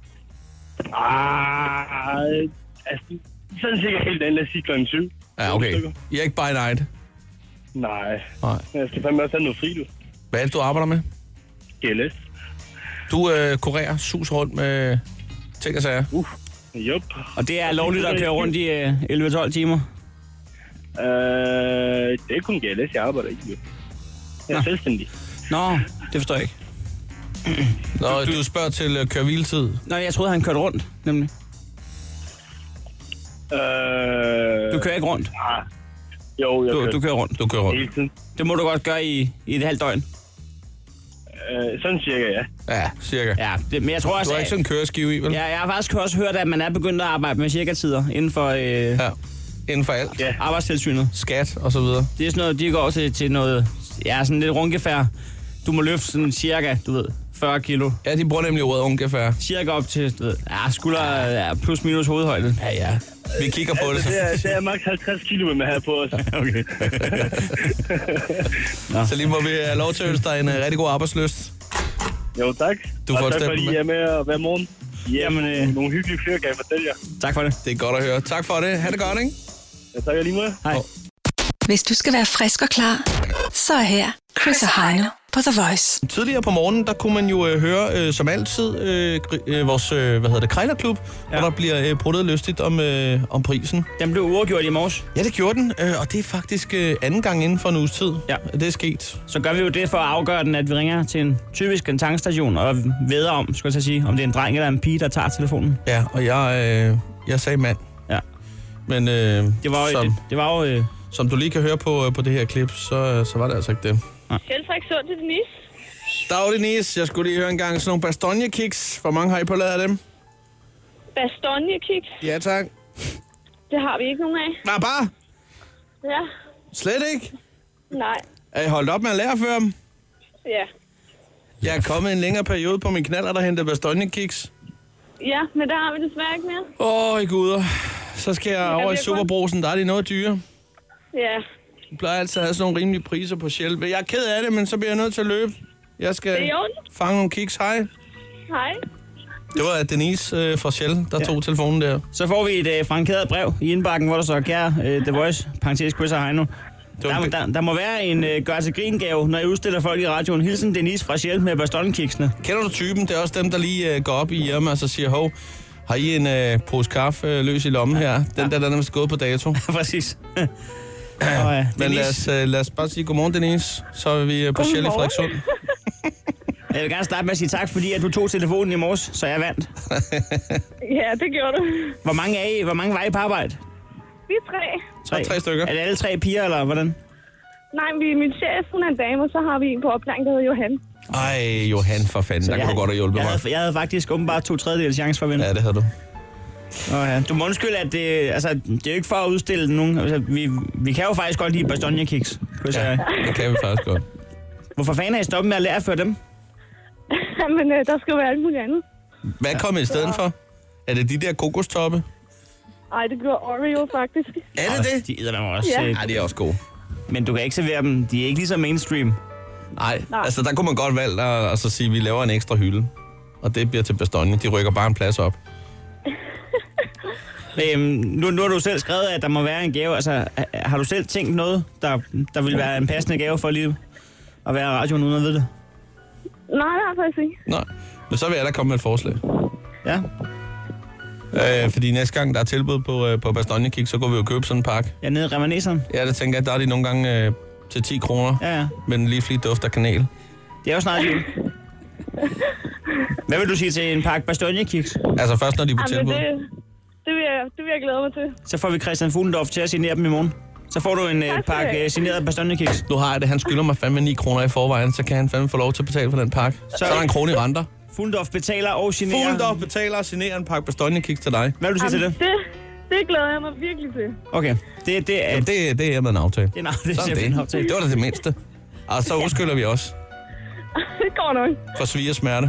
Altså, sådan sikkert hele dagen. Lad os sige klokken 7. Ja, okay. I er ikke by night? Nej. Nej. Jeg skal fandme også have noget fri, du. Hvad er det, du arbejder med? GLS. Du kurerer, sus rundt med ting og sager? Jup. Og det er lovligt at køre rundt i 11-12 timer? Det er kun GLS, jeg arbejder ikke. Jeg er selvstændig. Nå, det forstår jeg ikke. Nå, du spørger til køre-hviletid? Nå, jeg troede, han kørte rundt, nemlig. Du kører ikke rundt? Jo, du kører rundt. Du kører rundt. Hele tiden. Det må du godt gøre i et halvt døgn. Sådan cirka, ja. Ja, cirka. Ja, men jeg tror også... Du har ikke sådan en køreskive i, vel? Ja, jeg har faktisk også hørt, at man er begyndt at arbejde med cirka-tider inden for... Ja, inden for alt. Ja. Arbejdstilsynet. Skat og så videre. Det er sådan noget, de går til noget... Ja, sådan lidt rungefærd. Du må løfte sådan cirka, du ved, 40 kilo. Ja, de bruger nemlig ordet ungefær. Cirka op til skulder plus minus hovedhøjde. Ja. Vi kigger på det. Det er maks 50 kilo med her på os. Okay. Så lige må vi have lov til at ønske dig en rigtig god arbejdslyst. Jo, tak. Du får og tak fordi I er med hver morgen. Jamen, nogle hyggelige fyre, kan jeg fortælle jer. Tak for det. Det er godt at høre. Tak for det. Ha' det godt, ikke? Ja, tak lige med. Hej. Hvis du skal være frisk og klar, så er her Chris og Heino på The Voice. Tidligere på morgenen, der kunne man jo høre, som altid, vores, Krejlerklub, hvor der bliver bruttet lystigt om prisen. Den blev uafgjort i morges. Ja, det gjorde den, og det er faktisk anden gang inden for en uges tid, det er sket. Så gør vi jo det for at afgøre den, at vi ringer til en tankstation og væder om, skal jeg sige, om det er en dreng eller en pige, der tager telefonen. Ja, og jeg sagde mand. Ja. Men det var jo som du lige kan høre på det her klip, så var det altså ikke det. Selv tak så til Denise. Dag Denise, jeg skulle lige høre en gang sådan nogle Bastogne-kiks. Hvor mange har I på ladet af dem? Bastogne-kiks? Ja, tak. Det har vi ikke nogen af. Nej, bare? Ja. Slet ikke? Nej. Er I holdt op med at lære at føre dem? Ja. Jeg er kommet en længere periode på min knaller, der henter Bastogne-kiks. Ja, men der har vi desværre ikke mere. Guder. Så skal jeg over i Superbrosen, der er de noget dyre. Ja. Jeg plejer altid at have sådan nogle rimelige priser på Shell. Jeg er ked af det, men så bliver jeg nødt til at løbe. Jeg skal fange nogle kiks. Hej. Hej. Det var Denise fra Shell, der tog telefonen der. Så får vi et frankeret brev i indbakken, hvor der så kære The Voice, parentes Chris og Heino. Der må være en gør-til-grin-gave, når I udstiller folk i radioen. Hilsen Denise fra Shell med Bastogne-kiksene. Kender du typen? Det er også dem, der lige går op i hjemme og så siger, hov, har I en pose kaffe løs i lommen her? Den der er gået på dato. Præcis. Men lad os bare sige godmorgen, Denise. Så er vi på Shell i Frederikssund. Jeg vil gerne starte med at sige tak, fordi at du tog telefonen i morges, så jeg vandt. Ja, det gjorde du. Hvor mange var I på arbejde? Vi er 3. Tre stykker. Er det alle 3 piger, eller hvordan? Nej, min chef, hun er en dame, og så har vi en på oplæring, der hedder Johan. Ej, Johan for fanden, der kunne du godt have hjulpet mig. Jeg havde faktisk åbenbart 2/3 chance for at vinde. Ja, det havde du. Du må undskylde, at det er jo ikke for at udstille nogen. Altså, vi kan jo faktisk godt lide Bastogne-kiks. Ja, det kan vi faktisk godt. Hvorfor fanden er I stoppet med at lære at føre dem? Men der skal jo være alt muligt andet. Hvad kom I stedet for? Er det de der kokostoppe? Ej, det gjorde Oreo faktisk. Er det det? De æder dem også. Ja. Nej, de er også gode. Men du kan ikke servere dem. De er ikke lige så mainstream. Nej, altså der kunne man godt valge at så sige, at vi laver en ekstra hylde. Og det bliver til Bastogne. De rykker bare en plads op. Nu har du selv skrevet, at der må være en gave. Altså, har du selv tænkt noget, der vil være en passende gave for livet? At være i radioen uden at vide det? Nej, det har jeg faktisk ikke. Nej, men så vil jeg da komme med et forslag. Ja. Fordi næste gang, der er tilbud på Bastogne-kiks, så går vi jo købe sådan en pakke. Ja, nede i remaneseren. Ja, det tænker jeg, der er de nogle gange til 10 kroner. Ja. Men lige flot duft af kanel. Det er jo snart jul. Hvad vil du sige til en pakke Bastogne-kiks? Altså først, når de er på tilbud. Det vil jeg glæde mig til. Så får vi Christian Fuglendorf til at signere dem i morgen. Så får du en pakke signeret Bastogne-kiks. Nu har jeg det. Han skylder mig fandme 9 kroner i forvejen, så kan han fandme få lov til at betale for den pakke. Så er der en krone i renter. Fuglendorf betaler og signerer. Fuglendorf betaler og signerer en pakke Bastogne-kiks til dig. Hvad vil du sige til det? Det glæder jeg mig virkelig til. Okay. Det er med en aftale. Det er en aftale. Det var da det mindste. Og så udskylder vi også. Det går nok. For svig smerte.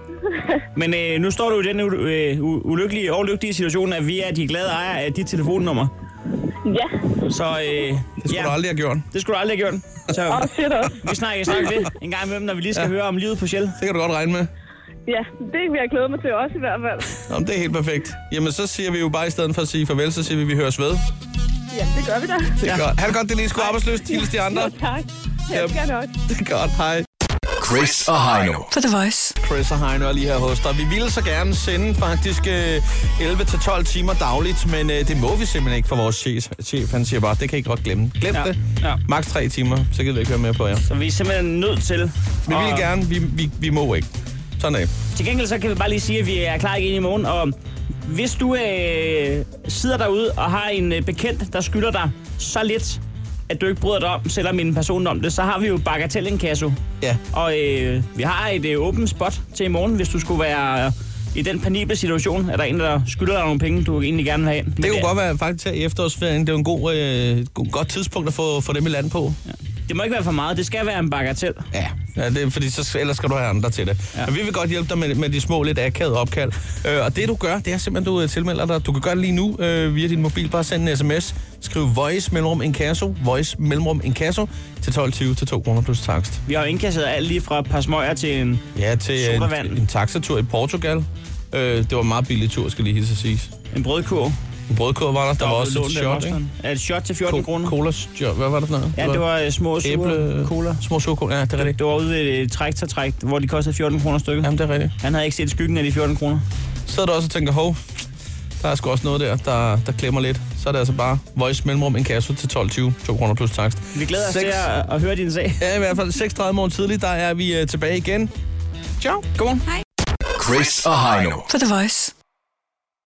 Men nu står du i den ulykkelige og lykkelige situation, at vi er de glade ejere af dit telefonnummer. Ja. Så det skulle du aldrig have gjort. Det skulle du aldrig have gjort. Så vi snakker ved en gang imellem, når vi lige skal høre om livet på Shell. Det kan du godt regne med. Ja, det vil jeg glæde mig til også i hvert fald. Jamen, det er helt perfekt. Jamen, så siger vi jo bare i stedet for at sige farvel, så siger vi høres ved. Ja, det gør vi da. Det er godt. Ha' det godt, Denise. God arbejdsløst. Hils de andre. Ja, tak. Jeg skal nok. Det er godt. Hej. Chris og Heino. På The Voice. Chris og Heino er lige her hos dig. Vi ville så gerne sende faktisk 11-12 timer dagligt, men det må vi simpelthen ikke for vores chef. Han siger bare, det kan I godt glemme. Glem det. Ja. Max 3 timer, så kan vi ikke høre mere på jer. Så vi er simpelthen nødt til. Vi vil gerne, vi må ikke. Sådan er. Til gengæld så kan vi bare lige sige, at vi er klar igen i morgen, og hvis du sidder derude og har en bekendt, der skylder dig så lidt, at du ikke bryder dig om, selvom en person om det, så har vi jo bagatellinkasso. Ja. Og vi har et åbent spot til i morgen, hvis du skulle være i den panible situation, at der er en, der skylder dig nogle penge, du egentlig gerne vil have. Det kunne godt være faktisk her i efterårsferien. Det er jo en godt tidspunkt at få dem i land på. Ja. Det må ikke være for meget. Det skal være en bagatel. Ja, det er, fordi ellers skal du have andre til det. Ja. Men vi vil godt hjælpe dig med de små, lidt akavede opkald. Og det du gør, det er simpelthen, du tilmelder dig. Du kan gøre det lige nu via din mobil. Bare send en sms. Skriv voice mellemrum inkasso. Voice mellemrum inkasso til 12.20 til 2 kroner plus takst. Vi har jo indkasset alt lige fra et par smøger til en sodavand. En taxatur i Portugal. Det var en meget billig tur, skal lige hilse at sige. En brødkurv. En brødkurv var der. Der var også et shot, ikke? Et shot til 14 kroner. Cola shot. Hvad var det for noget? Ja, det var små sure cola. Små sure cola, ja, det er rigtigt. Det var ude ved et træk, hvor de kostede 14 kroner stykket. Jamen, det er rigtigt. Han havde ikke set skyggen af de 14 kroner. Så er der også og tænker, der er sgu også noget der klemmer lidt. Så er det altså bare voice mellemrum inkasso til 12.20, 2 kroner plus takst. Vi glæder os til at høre din sag. Ja, i hvert fald 6:30 morgen tidligt, der er vi tilbage igen. Ciao. Godmorgen. Hej. Chris og Heino På The Voice.